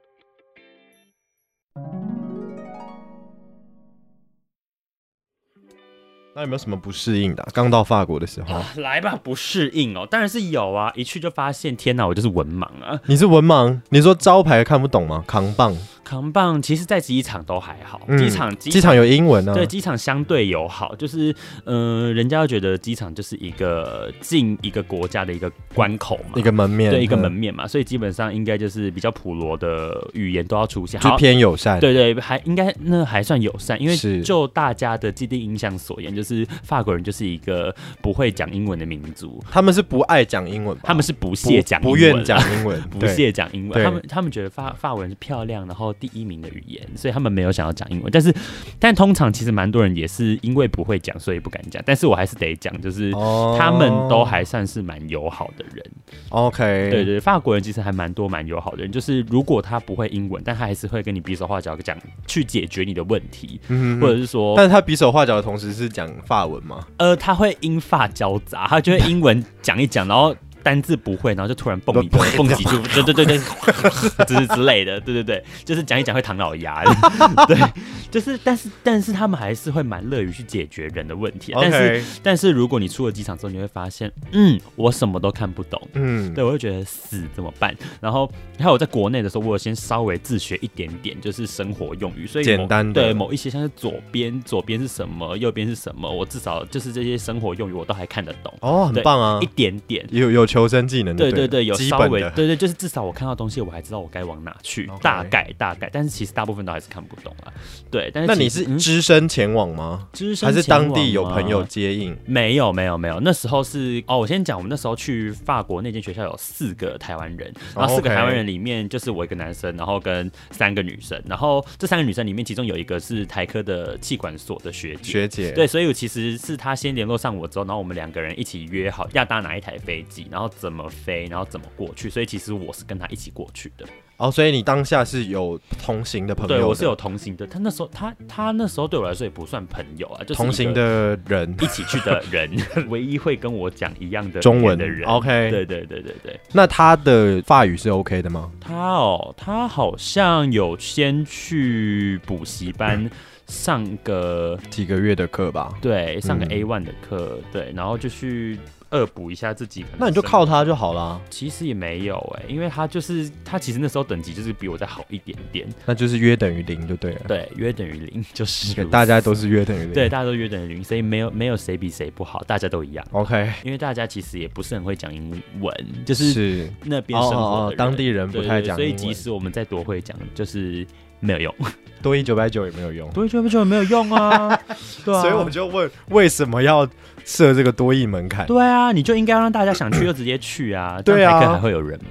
那有没有什么不适应的？刚到法国的时候， 来吧，不适应哦，当然是有啊！一去就发现，天哪，我就是文盲啊！ 你是文盲？你说招牌看不懂吗？扛棒其实在机场都还好， 机场有英文啊， 对，机场相对友好，就是人家会觉得机场就是一个进一个国家的一个关口嘛， 一个门面， 对，一个门面嘛，所以基本上应该就是比较普罗的语言都要出现， 就偏友善， 对，还应该那还算友善，因为就大家的既定印象所言，就是法国人就是一个不会讲英文的民族， 他们是不爱讲英文吧， 他们是不屑讲英文， 不愿讲英文， 不屑讲英文，他们觉得法文是漂亮，然后第1名的语言，所以他们没有想要讲英文。但通常其实蛮多人也是因为不会讲，所以不敢讲。但是我还是得讲，就是他们都还算是蛮友好的人。 OK， 对，法国人其实还蛮多蛮友好的人，就是如果他不会英文，但他还是会跟你比手画脚讲，去解决你的问题，或者是说， 但是他比手画脚的同时是讲法文吗？ 他会英法交杂，他就会英文讲一讲，然后单字不会，然后就突然蹦几句，对，之类的，对，就是讲一讲会唐老鸭，对，就是，但是他们还是会蛮乐于去解决人的问题。但是如果你出了机场之后，你会发现，我什么都看不懂，对，我会觉得死怎么办？然后还有我在国内的时候，我有先稍微自学一点点，就是生活用语，所以简单的对某一些像是左边是什么，右边是什么，我至少就是这些生活用语我都还看得懂。 很棒啊， 一点点有求生技能的， 对，有稍微对，就是至少我看到东西，我还知道我该往哪去，大概，但是其实大部分都还是看不懂啊。对，但是那你是只身前往吗？还是当地有朋友接应？ 没有，那时候是我先讲，我们那时候去法国那间学校有4个台湾人，然后4个台湾人里面就是我一个男生，然后跟3个女生，然后这3个女生里面，其中有一个是台科的企管所的学姐，对，所以其实是她先联络上我之后，然后我们2个人一起约好要搭哪一台飞机，然后怎么飞，然后怎么过去，所以其实我是跟他一起过去的。 所以你当下是有同行的朋友的？ 对，我是有同行的。他那时候对我来说也不算朋友啊，就是同行的人， 一起去的人，唯一会跟我讲一样的中文的人。 OK， 对。 那他的法语是 OK 的吗？ 他好像有先去补习班。上个几个月的课吧， 对，上个 A1 的课，对，然后就去恶补一下自己。 那你就靠他就好啦。 其实也没有因为他其实那时候等级就是比我再好一点点， 那就是约等于0就对了。 对，约等于0就是大家都是约等于0， 对，大家都约等于0，所以没有谁比谁不好，大家都一样。 OK， 因为大家其实也不是很会讲英文，就是那边生活的人当地人不太讲英文， 所以即使我们再多会讲，就是没有用。 多益990也没有用， 多益990也没有用啊，对啊， 所以我就问，为什么要设这个多益门槛？ 对啊，你就应该让大家想去就直接去啊，对啊，台科还会有人吗？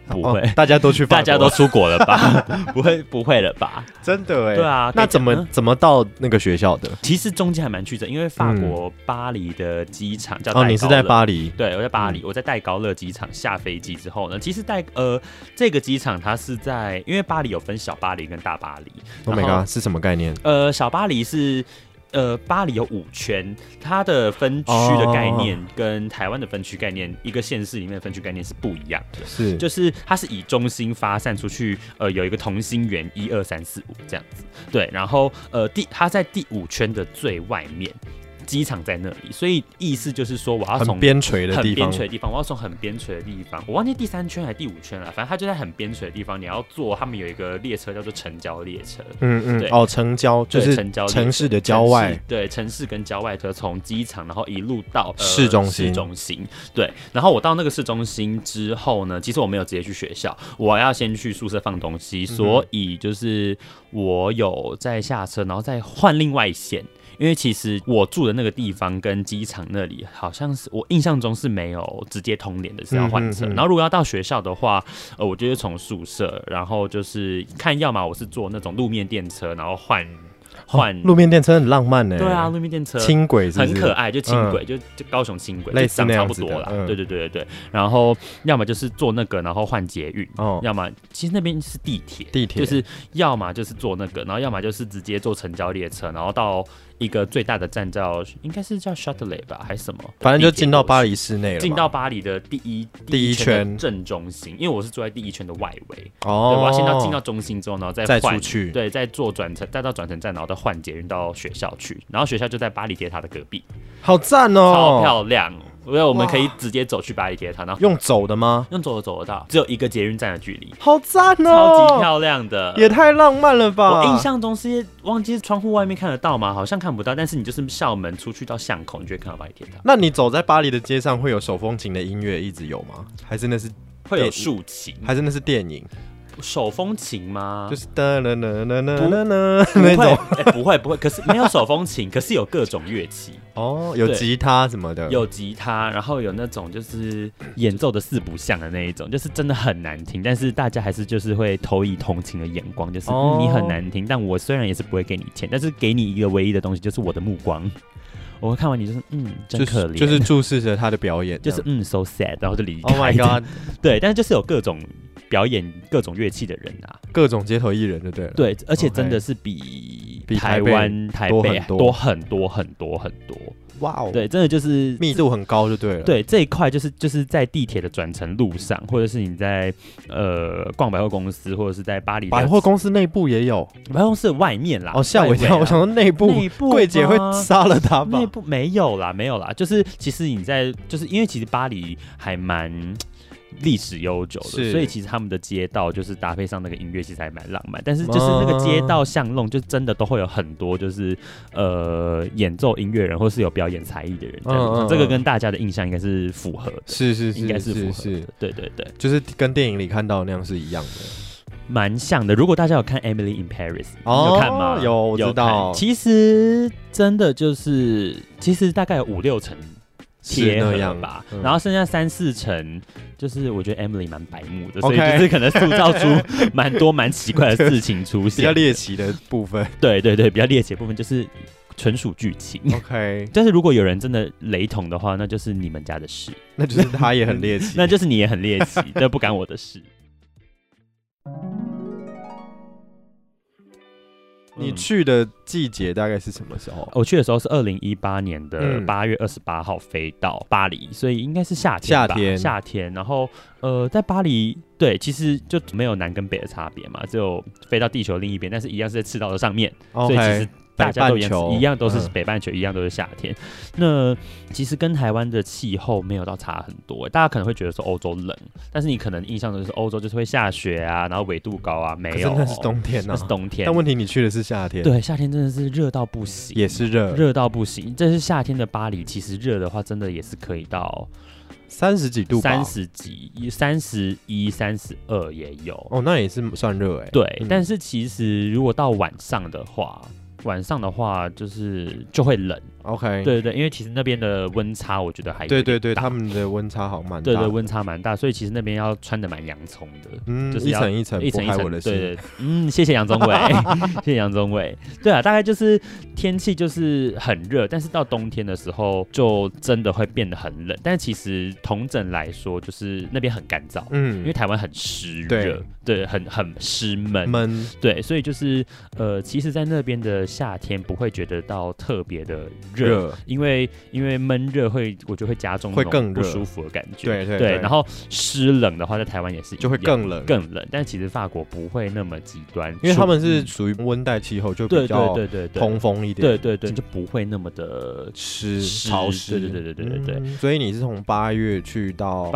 不会， 大家都去法国， 大家都出国了吧？不会了吧？ 真的哎。 对啊， 那怎么到那个学校的？ 其实中间还蛮曲折，因为法国巴黎的机场叫戴高乐。 你是在巴黎？ 对，我在巴黎，我在戴高乐机场下飞机之后呢，其实这个机场它是在，因为巴黎有分小巴黎跟大巴黎。 Oh my god， 是什么概念？ 小巴黎是。巴黎有5圈，它的分区的概念跟台湾的分区概念，一个县市里面的分区概念是不一样的。 是， 就是它是以中心发散出去，有一个同心圆1、2、3、4、5这样子。对，然后它在第5圈的最外面。机场在那里，所以意思就是说，我要从很边陲的地方，我要从很边陲的地方，我忘记第3圈还是第5圈了，反正它就在很边陲的地方，你要坐他们有一个列车叫做城郊列车，对， 城郊就是城市的郊外， 对，城市跟郊外车从机场，然后一路到市中心，对，然后我到那个市中心之后呢，其实我没有直接去学校，我要先去宿舍放东西，所以就是我有在下车，然后再换另外一线。因为其实我住的那个地方跟机场那里好像是我印象中是没有直接通联的，是要换车。然后如果要到学校的话，我就是从宿舍，然后就是看，要么我是坐那种路面电车，然后换路面电车很浪漫呢。 对啊，路面电车轻轨是不是很可爱，就轻轨，就高雄轻轨， 类似那样子的， 差不多啦。对。然后要么就是坐那个，然后换捷运，要么其实那边是地铁，就是要么就是坐那个，然后要么就是直接坐城郊列车，然后到一个最大的站应该是叫 Châtelet 吧，还是什么？ 反正就进到巴黎市内了， 进到巴黎的第一圈正中心，因为我是住在第1圈的外围。对，我要先进到中心之后，然后再出去， 对，再坐转乘，再到转乘站，然后再换捷运到学校去。然后学校就在巴黎铁塔的隔壁， 好赞哦， 超漂亮。因为我们可以直接走去巴黎铁塔，然后用走的吗？ 用走得到，只有1个捷运站的距离， 好赞哦， 超级漂亮的， 也太浪漫了吧！ 我印象中是忘记窗户外面看得到吗？好像看不到，但是你就是校门出去到巷口，你就会看到巴黎铁塔。 那你走在巴黎的街上，会有手风琴的音乐一直有吗？还是那是会有竖琴？ 还是那是电影？ 手风琴吗？ 就是那种， 不会，可是没有手风琴，可是有各种乐器有吉他什么的， 有吉他，然后有那种就是演奏的4不像的那一种，就是真的很难听，但是大家还是就是会投以同情的眼光，就是你很难听，但我虽然也是不会给你钱，但是给你一个唯一的东西，就是我的目光。我会看完你就是真可怜， 就是注视着他的表演， 就是so sad， 然后就离开。 Oh my god！ 对，但是就是有各种表演各种乐器的人啊， 各种街头艺人就对了。 对，而且真的是比台湾台北多很多。哇哦！对，真的就是密度很高就对了。 对，这一块就是在地铁的转乘路上，或者是你在逛百货公司，或者是在巴黎百货公司内部也有， 百货公司的外面啦。 吓我一跳！我想说内部柜姐会杀了他吧？ 内部没有啦，就是其实你在就是因为其实巴黎还蛮历史悠久的，所以其实他们的街道就是搭配上那个音乐，其实还蛮浪漫。但是就是那个街道巷弄，就真的都会有很多就是演奏音乐人或是有表演才艺的人，这个跟大家的印象应该是符合的， 是应该是符合的，对， 就是跟电影里看到的那样是一样的。 蛮像的。如果大家有看《Emily in Paris》，有看吗？ 有，我知道。 其实真的就是，其实大概有5-6成贴合吧，然后剩下3-4成，就是我觉得 Emily 蛮白目的，所以就是可能塑造出蛮多蛮奇怪的事情出现， 比较猎奇的部分。 对，比较猎奇的部分就是纯属剧情。 OK， 但是如果有人真的雷同的话，那就是你们家的事， 那就是他也很猎奇， 那就是你也很猎奇，这不干我的事。 你去的季节大概是什么时候？ 我去的时候是2018年的8月28号飞到巴黎，所以应该是夏天吧。夏天，然后在巴黎，对，其实就没有南跟北的差别嘛，只有飞到地球另一边，但是一样是在赤道的上面，所以其实大家都一样都是北半球，一样都是夏天。那其实跟台湾的气候没有到差很多，大家可能会觉得说欧洲冷，但是你可能印象中就是欧洲就是会下雪啊，然后纬度高啊，没有， 那是冬天啊， 那是冬天。 但问题你去的是夏天， 对，夏天真的是热到不行， 也是热到不行。这是夏天的巴黎，其实热的话真的也是可以到 30几度吧 ，30几、31、32也有。 哦，那也是算热哎。 对，但是其实如果到晚上的话， 晚上的话就会冷。 OK， 对对，因为其实那边的温差我觉得还有对，他们的温差好蛮大。 对，温差蛮大，所以其实那边要穿的蛮洋葱的，就是一层一层剥开我的心。 对，谢谢杨宗纬，谢谢杨宗纬。对啊，大概就是天气就是很热，但是到冬天的时候就真的会变得很冷。但是其实统整来说，就是那边很干燥，因为台湾很湿热，对，很湿闷，对，所以就是其实，在那边的夏天不会觉得到特别的热，因为闷热我觉得会加重那种不舒服的感觉，对，然后湿冷的话，在台湾也是就会更冷， 但其实法国不会那么极端， 因为他们是属于温带气候，就比较通风一点， 对，就不会那么的潮湿， 对。 所以你是从8月去到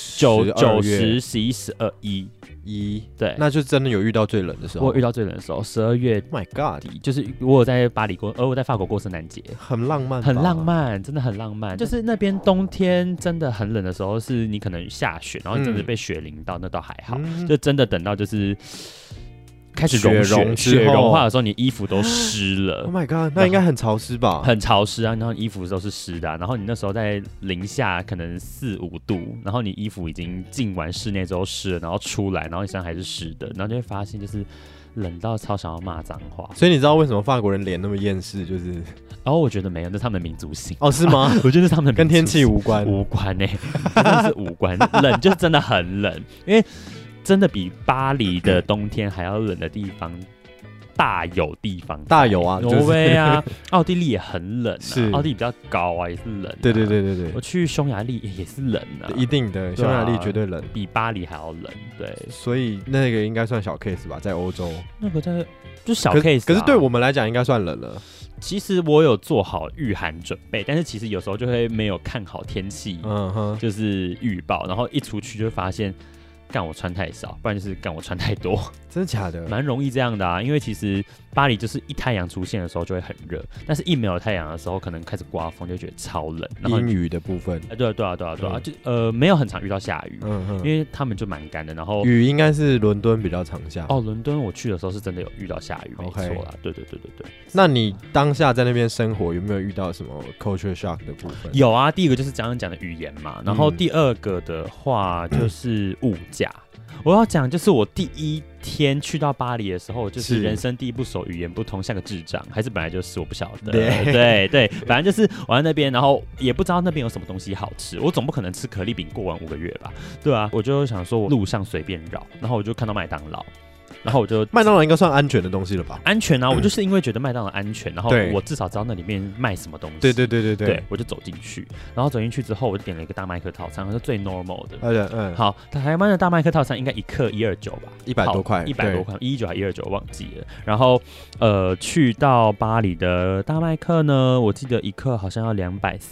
9、10、11、12、对， 那就真的有遇到最冷的时候。 我遇到最冷的时候，12月 ，My God， 就是我有在巴黎我在法国过圣诞节， 很浪漫， 很浪漫，真的很浪漫。就是那边冬天真的很冷的时候，是你可能下雪，然后你真的被雪淋到，那倒还好，就真的等到就是开始雪融化的时候，你衣服都湿了。 Oh my god， 那应该很潮湿吧？ 很潮湿啊，然后衣服都是湿的，然后你那时候在零下可能4、5度，然后你衣服已经进完室内之后湿了，然后出来，然后你身上还是湿的，然后就会发现就是冷到超想要骂脏话。 所以你知道为什么法国人脸那么厌世？就是我觉得没有，那是他们的民族性。 是吗？ 我觉得是他们的跟天气无关， 真的是无关。冷就是真的很冷，因为真的比巴黎的冬天还要冷的地方大有啊，挪威啊，奥地利也很冷啊，奥地利比较高啊，也是冷。 对， 我去匈牙利也是冷啊， 一定的，匈牙利绝对冷， 比巴黎还要冷。对， 所以那个应该算小 case 吧，在欧洲那个就小 case， 可是对我们来讲应该算冷了。 其实我有做好御寒准备，但是其实有时候就会没有看好天气，就是预报，然后一出去就发现干我穿太少，不然就是干我穿太多。 真的假的？ 蛮容易这样的啊，因为其实巴黎就是一太阳出现的时候就会很热，但是一没有太阳的时候，可能开始刮风就觉得超冷。 阴雨的部分， 对啊，就没有很常遇到下雨，因为他们就蛮干的。然后雨应该是伦敦比较常下。 伦敦我去的时候是真的有遇到下雨，没错啦。对。 那你当下在那边生活，有没有遇到什么 culture shock 的部分？ 有啊，第一个就是刚刚讲的语言嘛，然后第二个的话就是物价。我要讲，就是我第一天去到巴黎的时候，就是人生地不熟，语言不通，像个智障，还是本来就是我不晓得。对，反正就是我在那边，然后也不知道那边有什么东西好吃，我总不可能吃可丽饼过完5个月吧？对啊，我就想说我路上随便绕，然后我就看到麦当劳。然后我就麦当劳应该算安全的东西了吧？ 安全啊，我就是因为觉得麦当劳安全，然后我至少知道那里面卖什么东西。对，我就走进去，然后走进去之后，我就点了一个大麦克套餐，是最 normal 的。好，台湾的大麦克套餐应该一克129吧 ，100多块 ，119还129忘记了。然后去到巴黎的大麦克呢，我记得一克好像要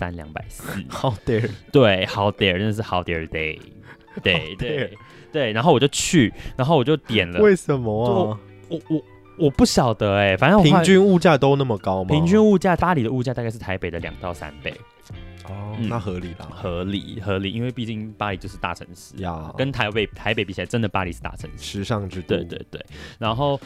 230、240。 How dare？ 对 ，How dare， 真的是 How dare day。对，然后我就去，然后我就点了。 为什么啊？ 我不晓得反正平均物价都那么高吗？ 平均物价，巴黎的物价大概是台北的2到3倍。 那合理啦， 合理，因为毕竟巴黎就是大城市呀，跟台北比起来，真的巴黎是大城市， 时尚之都。 对，然后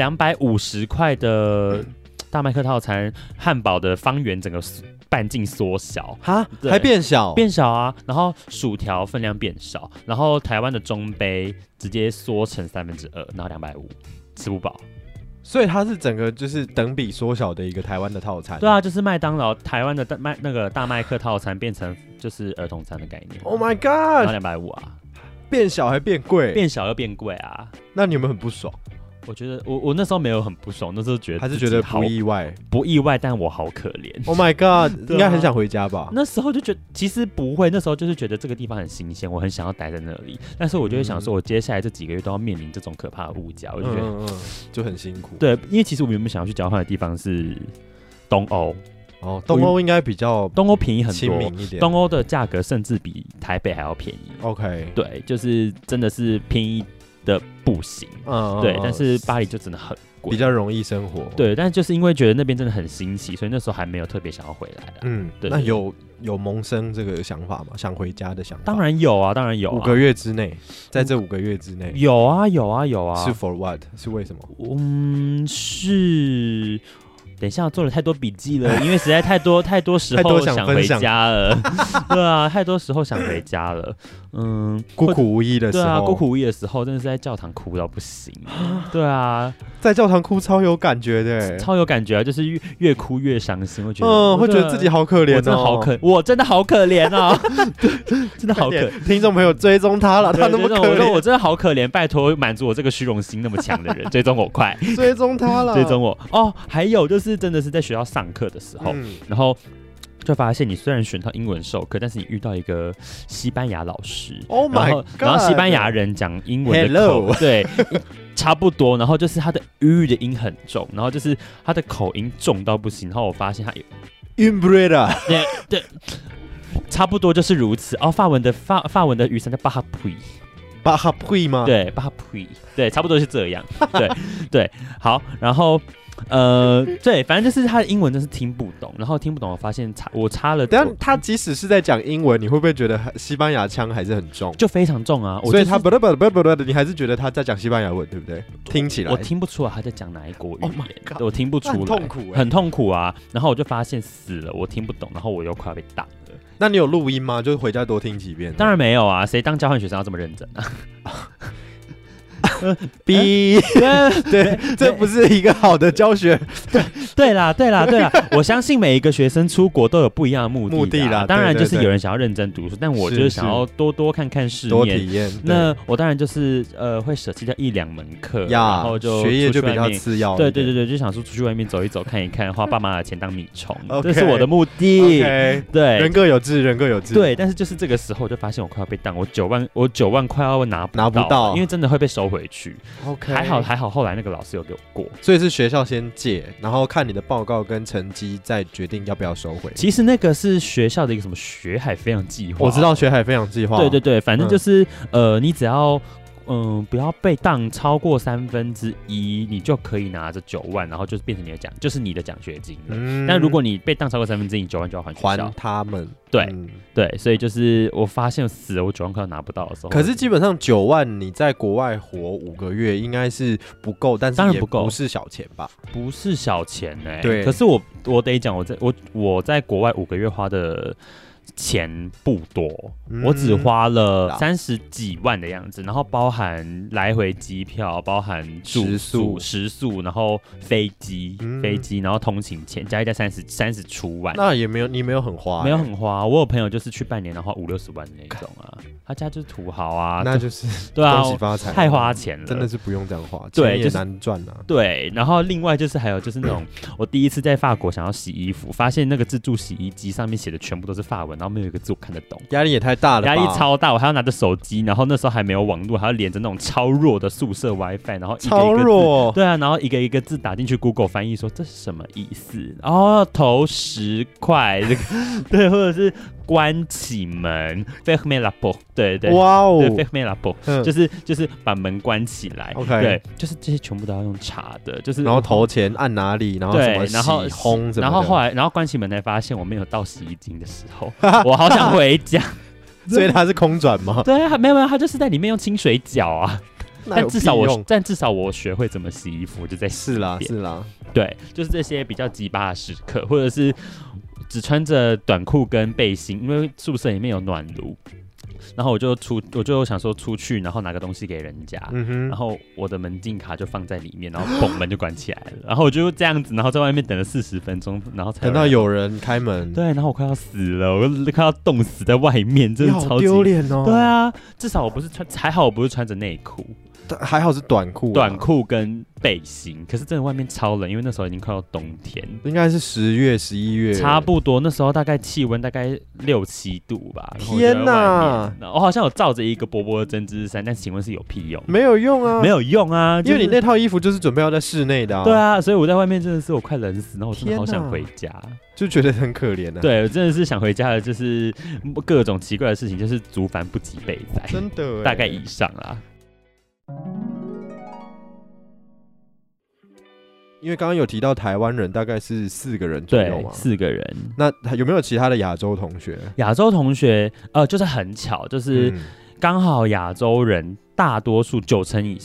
250块的大麦克套餐，汉堡的方圆整个半径缩小哈，还变小啊！然后薯条分量变少，然后台湾的中杯直接缩成2/3，然后250，吃不饱。 所以它是整个就是等比缩小的一个台湾的套餐。 对啊，就是麦当劳台湾的那个大麦克套餐变成就是儿童餐的概念。 Oh my god！ 然后250啊， 变小还变贵， 变小又变贵啊！ 那你有没有很不爽？ 我觉得我那时候没有很不爽，那时候觉得还是觉得不意外， 但我好可怜。 Oh my god！ 应该很想回家吧？ 那时候就觉得其实不会，那时候就是觉得这个地方很新鲜，我很想要待在那里。但是我就会想说，我接下来这几个月都要面临这种可怕的物价，我就觉得就很辛苦。 对，因为其实我原本想要去交换的地方是东欧。 东欧应该比较东欧便宜很多， 亲民一点。 东欧的价格甚至比台北还要便宜。 OK， 对，就是真的是便宜的不行。对，但是巴黎就真的很贵， 比较容易生活。 对，但就是因为觉得那边真的很新奇，所以那时候还没有特别想要回来的。 对。那有萌生这个想法吗？想回家的想法？ 当然有啊 5个月之内，在这5个月之内， 有啊。 是 for what？ 是为什么？ 是等一下，我做了太多笔记了，因为实在太多时候想回家了。对啊，太多时候想回家了。 孤苦无依的时候， 对啊，孤苦无依的时候，真的是在教堂哭到不行。对啊， 在教堂哭超有感觉的， 超有感觉啊，就是越哭越伤心，会觉得， 会觉得自己好可怜哦，我真的好可怜哦，真的好可怜。 听众朋友追踪他了，他那么可怜， 我真的好可怜，拜托满足我这个虚荣心那么强的人，追踪我快， 追踪他了， 追踪我哦。还有就是真的是在学校上课的时候，然后就发现你虽然选到英文授课，但是你遇到一个西班牙老师 ，Oh my God， 然后西班牙人讲英文的口，对，差不多，然后就是他的的音很重，然后就是他的口音重到不行，然后我发现他 umbrella， 对，差不多就是如此。哦，法文的雨伞叫巴哈普。 巴哈普吗？ 对，巴哈普，对，差不多是这样。对，好，然后对，反正就是他的英文真是听不懂，然后听不懂，我发现我插了。 但他即使是在讲英文，你会不会觉得西班牙腔还是很重？ 就非常重啊！ 所以他不，你还是觉得他在讲西班牙文，对不对？听起来我听不出来他在讲哪一国语言，我听不出来， 很痛苦啊！然后我就发现死了，我听不懂，然后我又快要被挡了。 那你有录音吗？就是回家多听几遍。 当然没有啊，谁当交换学生要这么认真啊 ？B 对，这不是一个好的教学。 对啦，我相信每一个学生出国都有不一样的目的啦。当然就是有人想要认真读书，但我就是想要多看看世面， 多体验。 那我当然就是会舍弃掉1-2门课，然后就学业就比较次要。 对，就想说出去外面走一走，看一看，花爸妈的钱当米虫，这是我的目的。对， 人各有志。 对，但是就是这个时候我就发现我快要被当，我9万快要拿不到，因为真的会被收回去。 OK， 还好，后来那个老师有给我过， 所以是学校先借，然后看你的报告跟成绩，再决定要不要收回。 其实那个是学校的一个什么学海飞扬计划， 我知道学海飞扬计划。 对，反正就是你只要不要被当超过1/3，你就可以拿着9万，然后就是变成就是你的奖学金了。但如果你被当超过1/3，9万就要还学校， 还他们。 对，所以就是我发现死了，我9万块拿不到的时候。 可是基本上9万你在国外活5个月应该是不够，但是也不是小钱吧？ 不是小钱欸。 对。 可是我得讲，我在国外5个月花的钱不多，我只花了30几万的样子，然后包含来回机票，包含住宿、食宿，然后飞机，然后通勤钱加一加30出万。 那也没有，你没有很花， 没有很花。我有朋友就是去半年然后50-60万的那种啊，他家就是土豪啊， 那就是对啊， 恭喜发财， 太花钱了， 真的是不用这样花， 对， 钱也难赚啊。 对，然后另外就是还有就是那种我第一次在法国想要洗衣服，发现那个自助洗衣机上面写的全部都是法文，然后没有一个字我看得懂， 压力也太大了吧， 压力超大，我还要拿着手机，然后那时候还没有网络，还要连着那种超弱的宿舍 WiFi， 然后一个一个字， 超弱， 对啊，然后一个一个字打进去 Google 翻译说这是什么意思，哦，投10块，对，或者是关起门 fermer la porte， 对， 哇哦， 对 fermer la porte， 就是把门关起来 ，OK， 对，就是这些全部都要用查的，就是然后投钱按哪里，然后什么洗烘什么的， 然后后来然后关起门才发现我没有倒洗衣精的时候，我好想回家。 所以它是空转吗？ 对啊，没有，它就是在里面用清水搅啊。但至少我学会怎么洗衣服，我就在洗。 是啦， 对，就是这些比较鸡巴的时刻，或者是只穿着短裤跟背心，因为宿舍里面有暖炉。然后我就想说出去，然后拿个东西给人家，然后我的门禁卡就放在里面，然后嘣门就关起来了，然后我就这样子，然后在外面等了40分钟，然后才等到有人开门。 对，然后我快要死了，我快要冻死在外面，真的超级丢脸哦。 对啊，至少我不是还好我不是穿着内裤。 还好是短裤跟背心，可是真的外面超冷，因为那时候已经快要冬天， 应该是10月、11月， 差不多。那时候大概气温大概6-7度吧。 天哪！ 我好像有罩着一个薄薄的针织衫，但请问是有屁用？ 没有用啊， 没有用啊， 因为你那套衣服就是准备要在室内的啊。 对啊，所以我在外面真的是我快冷死，然后我真的好想回家， 就觉得很可怜啊。 对，我真的是想回家的，就是各种奇怪的事情，就是族繁不及备载， 真的大概以上啦。 因为刚刚有提到台湾人大概是4个人左右嘛， 对，4个人。 那有没有其他的亚洲同学？ 亚洲同学，就是很巧，就是刚好亚洲人大多数90%以上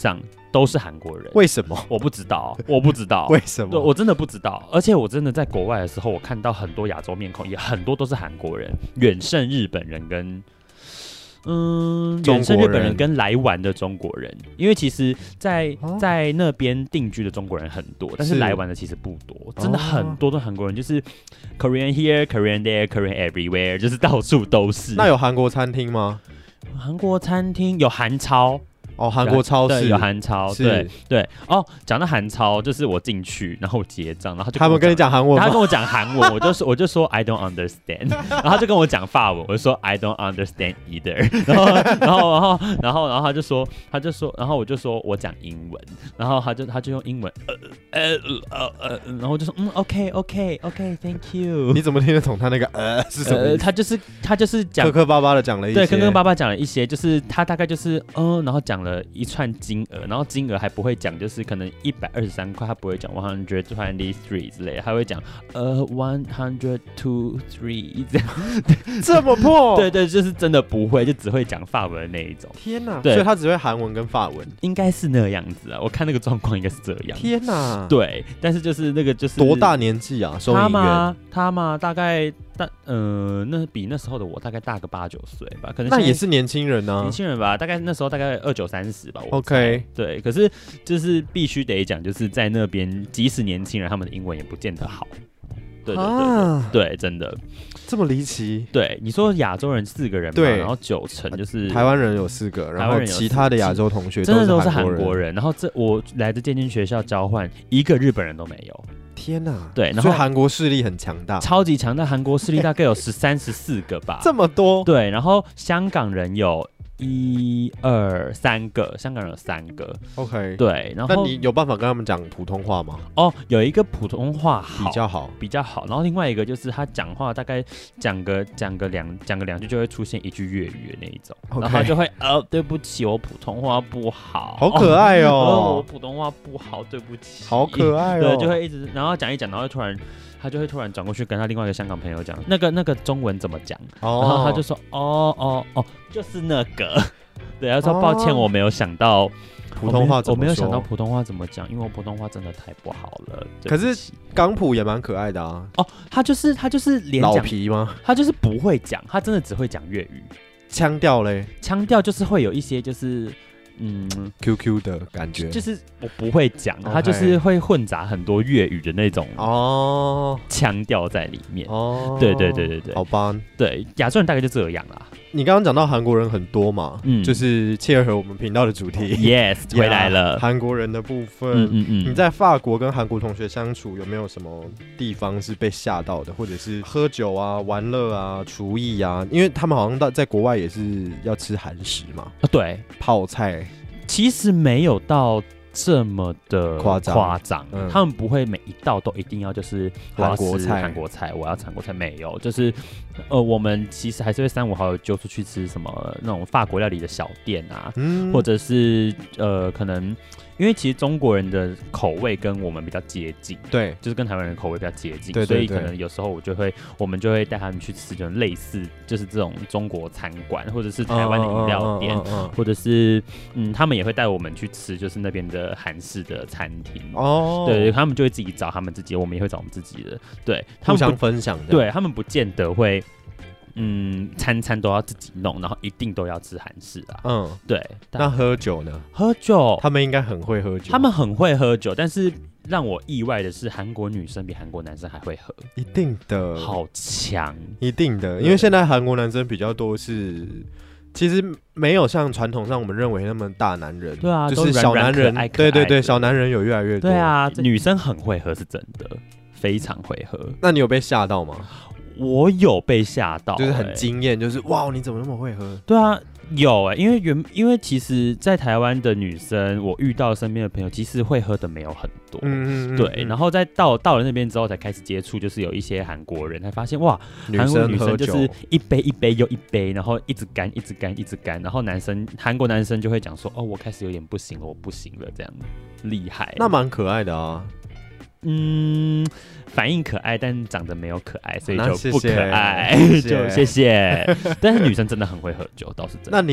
都是韩国人。 为什么？ 我不知道为什么？ 对，我真的不知道。而且我真的在国外的时候，我看到很多亚洲面孔，也很多都是韩国人，远胜日本人跟远胜日本人跟来玩的中国人。因为其实在那边定居的中国人很多，但是来玩的其实不多，真的很多都韩国人，就是 Korean here, Korean there, Korean everywhere， 就是到处都是。 那有韩国餐厅吗？ 韩国餐厅有韩超。 韩国超市有韩超，对哦。讲到韩超，就是我进去，然后我结账，然后他们跟你讲韩文吗？ 他跟我讲韩文，我就说 I don't understand， 然后他就跟我讲法文，我就说 I don't understand either， 然后他就说，然后我就说我讲英文，然后他就用英文，然后我就说OK，thank you。 你怎么听得懂他那个是什么？ 他就是讲磕磕巴巴的讲了一些， 对，磕磕巴巴讲了一些，就是他大概就是然后讲了一串金额，然后金额还不会讲，就是可能123块，他不会讲123之类的，他会讲123这样， 这么破？ 对，就是真的不会，就只会讲法文的那一种。 天哪！所以他只会韩文跟法文， 应该是那样子啊。我看那个状况应该是这样。 天哪！ 对，但是就是那个就是多大年纪啊？收银员他嘛，大概那比那时候的我大概大个8、9岁吧，可能那也是年轻人啊， 年轻人吧，大概那时候大概29、30吧。 OK， 对，可是就是必须得讲，就是在那边，即使年轻人，他们的英文也不见得好。对，真的这么离奇。 对，你说亚洲人4个人嘛，对，然后9成就是台湾人有4个，然后其他的亚洲同学真的都是韩国人。然后我来的这间学校交换，一个日本人都没有。 天哪！ 对，然后所以韩国势力很强大， 超级强大。韩国势力大概有13、14个吧， 这么多。 对，然后香港人有1、2、3个，香港人有3个。 OK， 对，然后那你有办法跟他们讲普通话吗？ 有一个普通话比较好，然后另外一个就是他讲话大概讲个两句就会出现一句粤语的那一种， 然后他就会对不起，我普通话不好， 好可爱哦， 我普通话不好，对不起， 好可爱哦， 对，就会一直然后讲一讲，然后他就会突然转过去跟他另外一个香港朋友讲那个中文怎么讲，然后他就说就是那个，对，他说抱歉，我没有想到普通话怎么说， 我没有想到普通话怎么讲，因为我普通话真的太不好了。 可是港普也蛮可爱的啊。 他就是连讲老皮吗？ 他就是不会讲，他真的只会讲粤语。 腔调嘞？腔调就是会有一些就是 QQ 的感觉， 就是我不会讲，他就是会混杂很多粤语的那种腔调在里面。对， 好吧， 对，亚洲人大概就这样啦。 你刚刚讲到韩国人很多嘛，就是切合我们频道的主题。 Yes， 回来了， 韩国人的部分。你在法国跟韩国同学相处，有没有什么地方是被吓到的，或者是喝酒啊、玩乐啊、厨艺啊？因为他们好像在国外也是要吃韩食嘛。 对， 泡菜其实没有到这么的夸张，他们不会每一道都一定要就是韩国菜，我要韩国菜，没有，就是我们其实还是会3、5好友揪出去吃什么那种法国料理的小店啊，或者是可能因为其实中国人的口味跟我们比较接近， 对， 就是跟台湾人的口味比较接近， 对， 所以可能有时候我们就会带他们去吃这种类似就是这种中国餐馆，或者是台湾的饮料店，或者是他们也会带我们去吃就是那边的韩式的餐厅。对，他们就会自己找他们自己，我们也会找我们自己的，对， 互相分享的。 对，他们不见得会餐都要自己弄，然后一定都要吃韩式啊。对。 那喝酒呢？ 喝酒， 他们应该很会喝酒。 他们很会喝酒，但是让我意外的是，韩国女生比韩国男生还会喝。 一定的， 好强，一定的，因为现在韩国男生比较多是。其实没有像传统上我们认为那么大男人，对啊，就是小男人，对，小男人有越来越多。 对啊，女生很会喝是真的，非常会喝。 那你有被吓到吗？ 我有被吓到， 就是很惊艳，就是哇，你怎么那么会喝？ 对啊，有因为其实，在台湾的女生，我遇到身边的朋友，其实会喝的没有很多，对。然后到了那边之后，才开始接触，就是有一些韩国人，才发现哇，韩国女生就是一杯一杯又一杯，然后一直干，然后韩国男生就会讲说，我开始有点不行了，我不行了，这样厉害。 那蛮可爱的啊。 反应可爱，但长得没有可爱，所以就不可爱。就谢谢。但是女生真的很会喝酒，倒是真的。 那你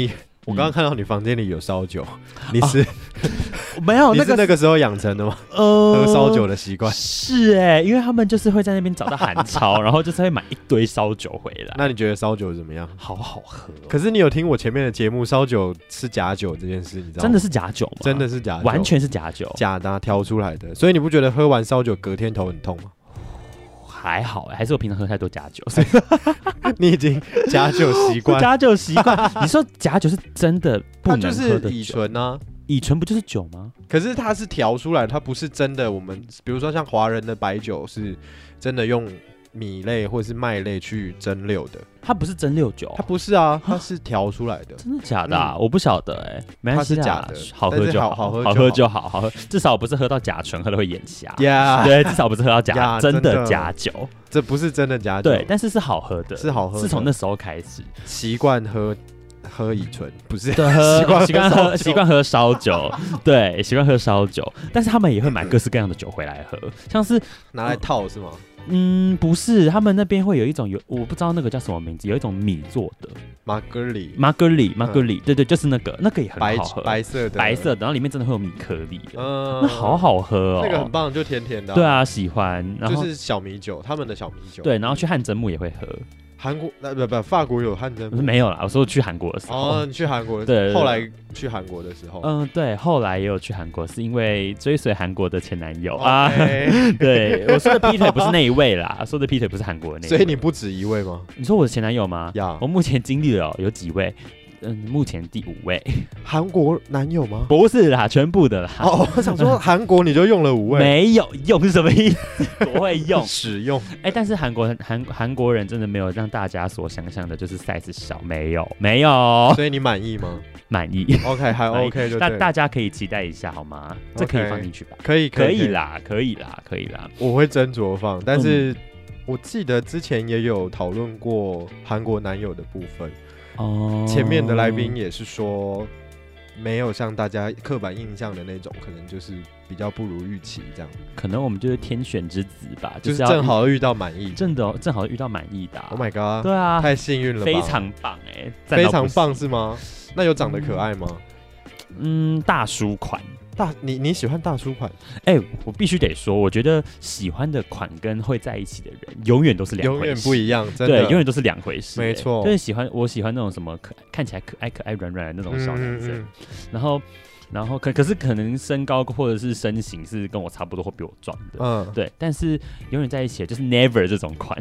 我刚刚看到你房间里有烧酒，你是、 没有你是那个时候养成的吗？喝烧酒的习惯是因为他们就是会在那边找到韩超，然后就是会买一堆烧酒回来。 那你觉得烧酒怎么样？ 好好喝可是你有听我前面的节目，烧酒是假酒这件事，你知道吗？ 真的是假酒吗？ 真的是假酒， 完全是假酒， 假的调出来的。所以你不觉得喝完烧酒隔天头很痛吗？ 还好还是我平常喝太多假酒，所以你已经假酒习惯。 假酒习惯。你说假酒是真的不能喝的酒？ 它就是乙醇啊， 乙醇不就是酒吗？ 可是它是调出来的，它不是真的。我们比如说像华人的白酒是真的用米类或是麦类去蒸馏的， 它不是蒸馏酒， 它不是啊，它是调出来的。 真的假的我不晓得没关系啦， 它是假的， 好喝就好，好喝就好，好喝。至少我不是喝到甲醇，喝了会眼瞎。对，至少不是喝到真的假酒， 这不是真的假酒。 对，但是是好喝的， 是好喝的。 是从那时候开始习惯喝乙醇，不是习惯喝烧酒，对，习惯喝烧酒。但是他们也会买各式各样的酒回来喝，像是拿来套是吗？ 不是，他们那边会有一种我不知道那个叫什么名字，有一种米做的马格里， 对对，就是那个也很好喝， 白色的， 然后里面真的会有米颗粒的，那好好喝那个很棒，就甜甜的。 对啊，喜欢。然后就是小米酒，他们的小米酒。 对，然后去汗蒸木也会喝。 韩国不，法国有汗蒸木？ 没有啦，我说去韩国的时候。 你去韩国的时候，对， 后来去韩国的时候， 对，后来也有去韩国，是因为追随韩国的前男友啊。对，我说的劈腿不是那一位啦，说的劈腿不是韩国的那一位。 所以你不止一位吗？ 你说我的前男友吗？我目前经历了有几位。目前第5位。 韩国男友吗？ 不是啦，全部的啦。 我想说韩国你就用了5位， 没有用是什么意思？不会用， 使用。 但是韩国人真的没有让大家所想象的，就是 size 小，没有。 所以你满意吗？ 满意。 OK， 还 OK 就对。 大家可以期待一下好吗？这可以放进去吧？ 可以啦。 我会斟酌放，但是我记得之前也有讨论过韩国男友的部分。前面的来宾也是说，没有像大家刻板印象的那种，可能就是比较不如预期这样。 可能我们就是天选之子吧， 就是正好遇到满意， 正好遇到满意的。 Oh my god！ 对啊， 太幸运了吧， 非常棒非常棒是吗？那有长得可爱吗？ 大叔款。 你喜欢大叔款？ 我必须得说，我觉得喜欢的款跟会在一起的人永远都是两回事， 永远不一样，真的， 对，永远都是两回事， 没错。 就是我喜欢那种什么看起来可爱软软的那种小男生，然后可是可能身高或者是身形是跟我差不多或比我壮的，对，但是永远在一起的就是 never 这种款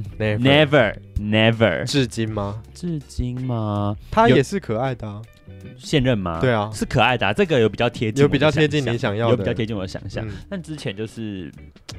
，never。至今吗？ 他也是可爱的啊。 现任吗？ 对啊， 是可爱的这个有比较贴近你想要的， 有比较贴近我的想象。但之前就是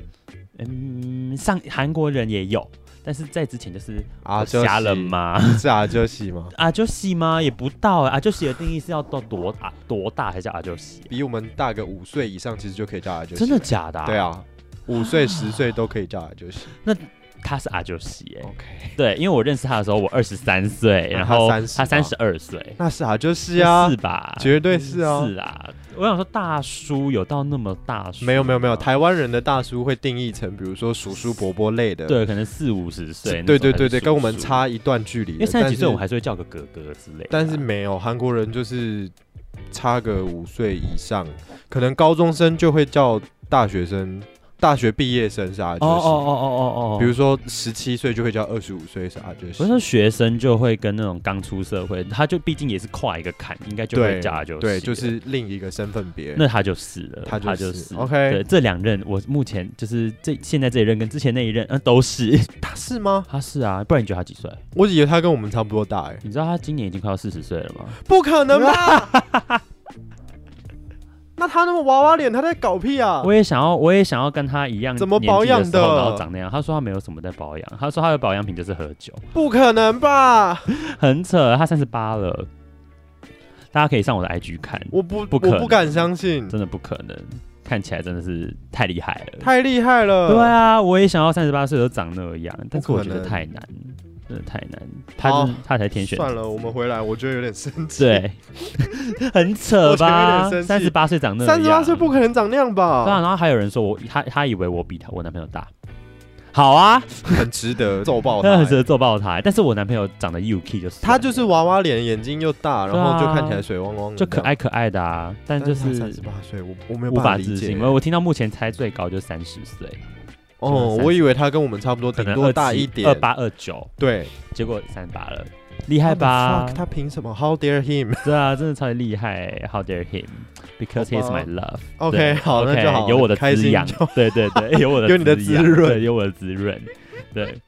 韩国人也有，但是在之前就是瞎了吗？ 是阿就喜吗？ 阿就喜吗？也不到阿就喜的定义是要到多大才叫阿就喜？ 比我们大个5岁以上，其实就可以叫阿就喜。 真的假的？ 对啊，5岁10岁都可以叫阿就喜。 那他是阿就喜 OK， 对，因为我认识他的时候我23岁，然后他32岁， 那是阿就喜啊， 是吧？ 绝对是啊， 是啊。我想说大叔有到那么大叔？ 没有，台湾人的大叔会定义成比如说叔叔伯伯类的， 对，可能40-50岁， 对，跟我们差一段距离。因为30几岁我们还是会叫个哥哥之类的， 但是没有韩国人就是差个5岁以上，可能高中生就会叫大学生。大学毕业生是阿就喜，比如说17岁就会叫25岁是阿就喜。 不是学生就会跟那种刚出社会，他就毕竟也是跨一个坎，应该就会叫阿就喜。 对，就是另一个身份别。 那他就是了，他就是 OK。 对，这2任我目前就是现在这一任跟之前那一任，都是。 他是吗？ 他是啊，不然你觉得他几岁？ 我以为他跟我们差不多大你知道他今年已经快要40岁了吗？ 不可能吧！那他那么娃娃脸，他在搞屁啊！ 我也想要跟他一样， 怎么保养的？ 然后长那样。他说他没有什么在保养，他说他的保养品就是喝酒。 不可能吧？ 很扯，他38了。大家可以上我的 IG 看。我不敢相信， 真的不可能。看起来真的是太厉害了， 太厉害了。 对啊，我也想要38岁都长那样，但是我觉得太难。真的太难，他才天选。 算了，我们回来，我觉得有点生气。 对，很扯吧？38岁长那样，38 岁不可能长那样吧？ 对啊，然后还有人说他以为我比我男朋友大好啊， 很值得揍爆他， 很值得揍爆他。但是我男朋友长得 UK 就是他就是娃娃脸，眼睛又大，然后就看起来水汪汪的， 就可爱可爱的啊。但就是 38岁，我没有无法理解。 置信。我听到目前猜最高就30岁。 哦，我以为他跟我们差不多，顶多大一点 ，28、29。 对， 结果38了。厉害吧？ 他凭什么 ？How dare him？ 对啊，真的超级厉害。How dare him? Because he is my love. OK， 好，那就好， 有我的滋养。对对对，有我的， 有你的滋润， 有我的滋润。对。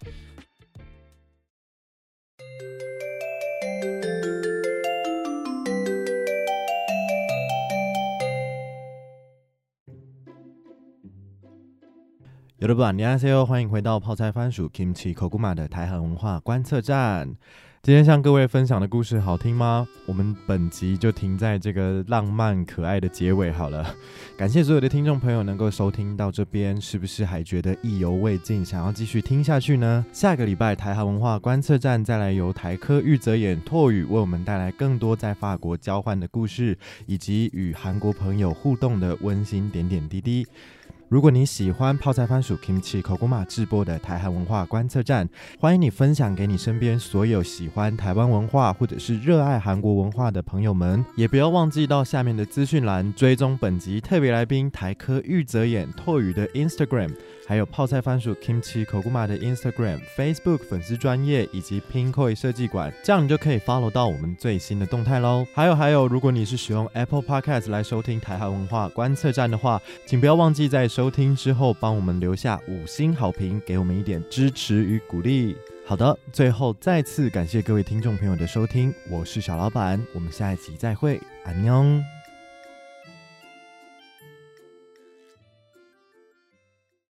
여러분,안녕하세요，欢迎回到泡菜番薯 Kimchi Koguma 的台韩文化观测站。今天向各位分享的故事好听吗？我们本集就停在这个浪漫可爱的结尾好了。感谢所有的听众朋友能够收听到这边，是不是还觉得意犹未尽，想要继续听下去呢？下个礼拜台韩文化观测站再来由台科玉泽演拓宇为我们带来更多在法国交换的故事，以及与韩国朋友互动的温馨点点滴滴。如果你喜欢泡菜番薯 Kimchi Koguma 制播的台韩文化观测站，欢迎你分享给你身边所有喜欢台湾文化或者是热爱韩国文化的朋友们，也不要忘记到下面的资讯栏追踪本集特别来宾台科玉泽演拓宇的 Instagram， 还有泡菜番薯 Kimchi Koguma 的 Instagram、Facebook 粉丝专页以及 Pinkoi 设计馆，这样你就可以 follow 到我们最新的动态咯。还有，如果你是使用 Apple Podcast 来收听台韩文化观测站的话，请不要忘记在收听之后帮我们留下5星好评，给我们一点支持与鼓励。好的，最后再次感谢各位听众朋友的收听，我是小老板，我们下一集再会，안녕。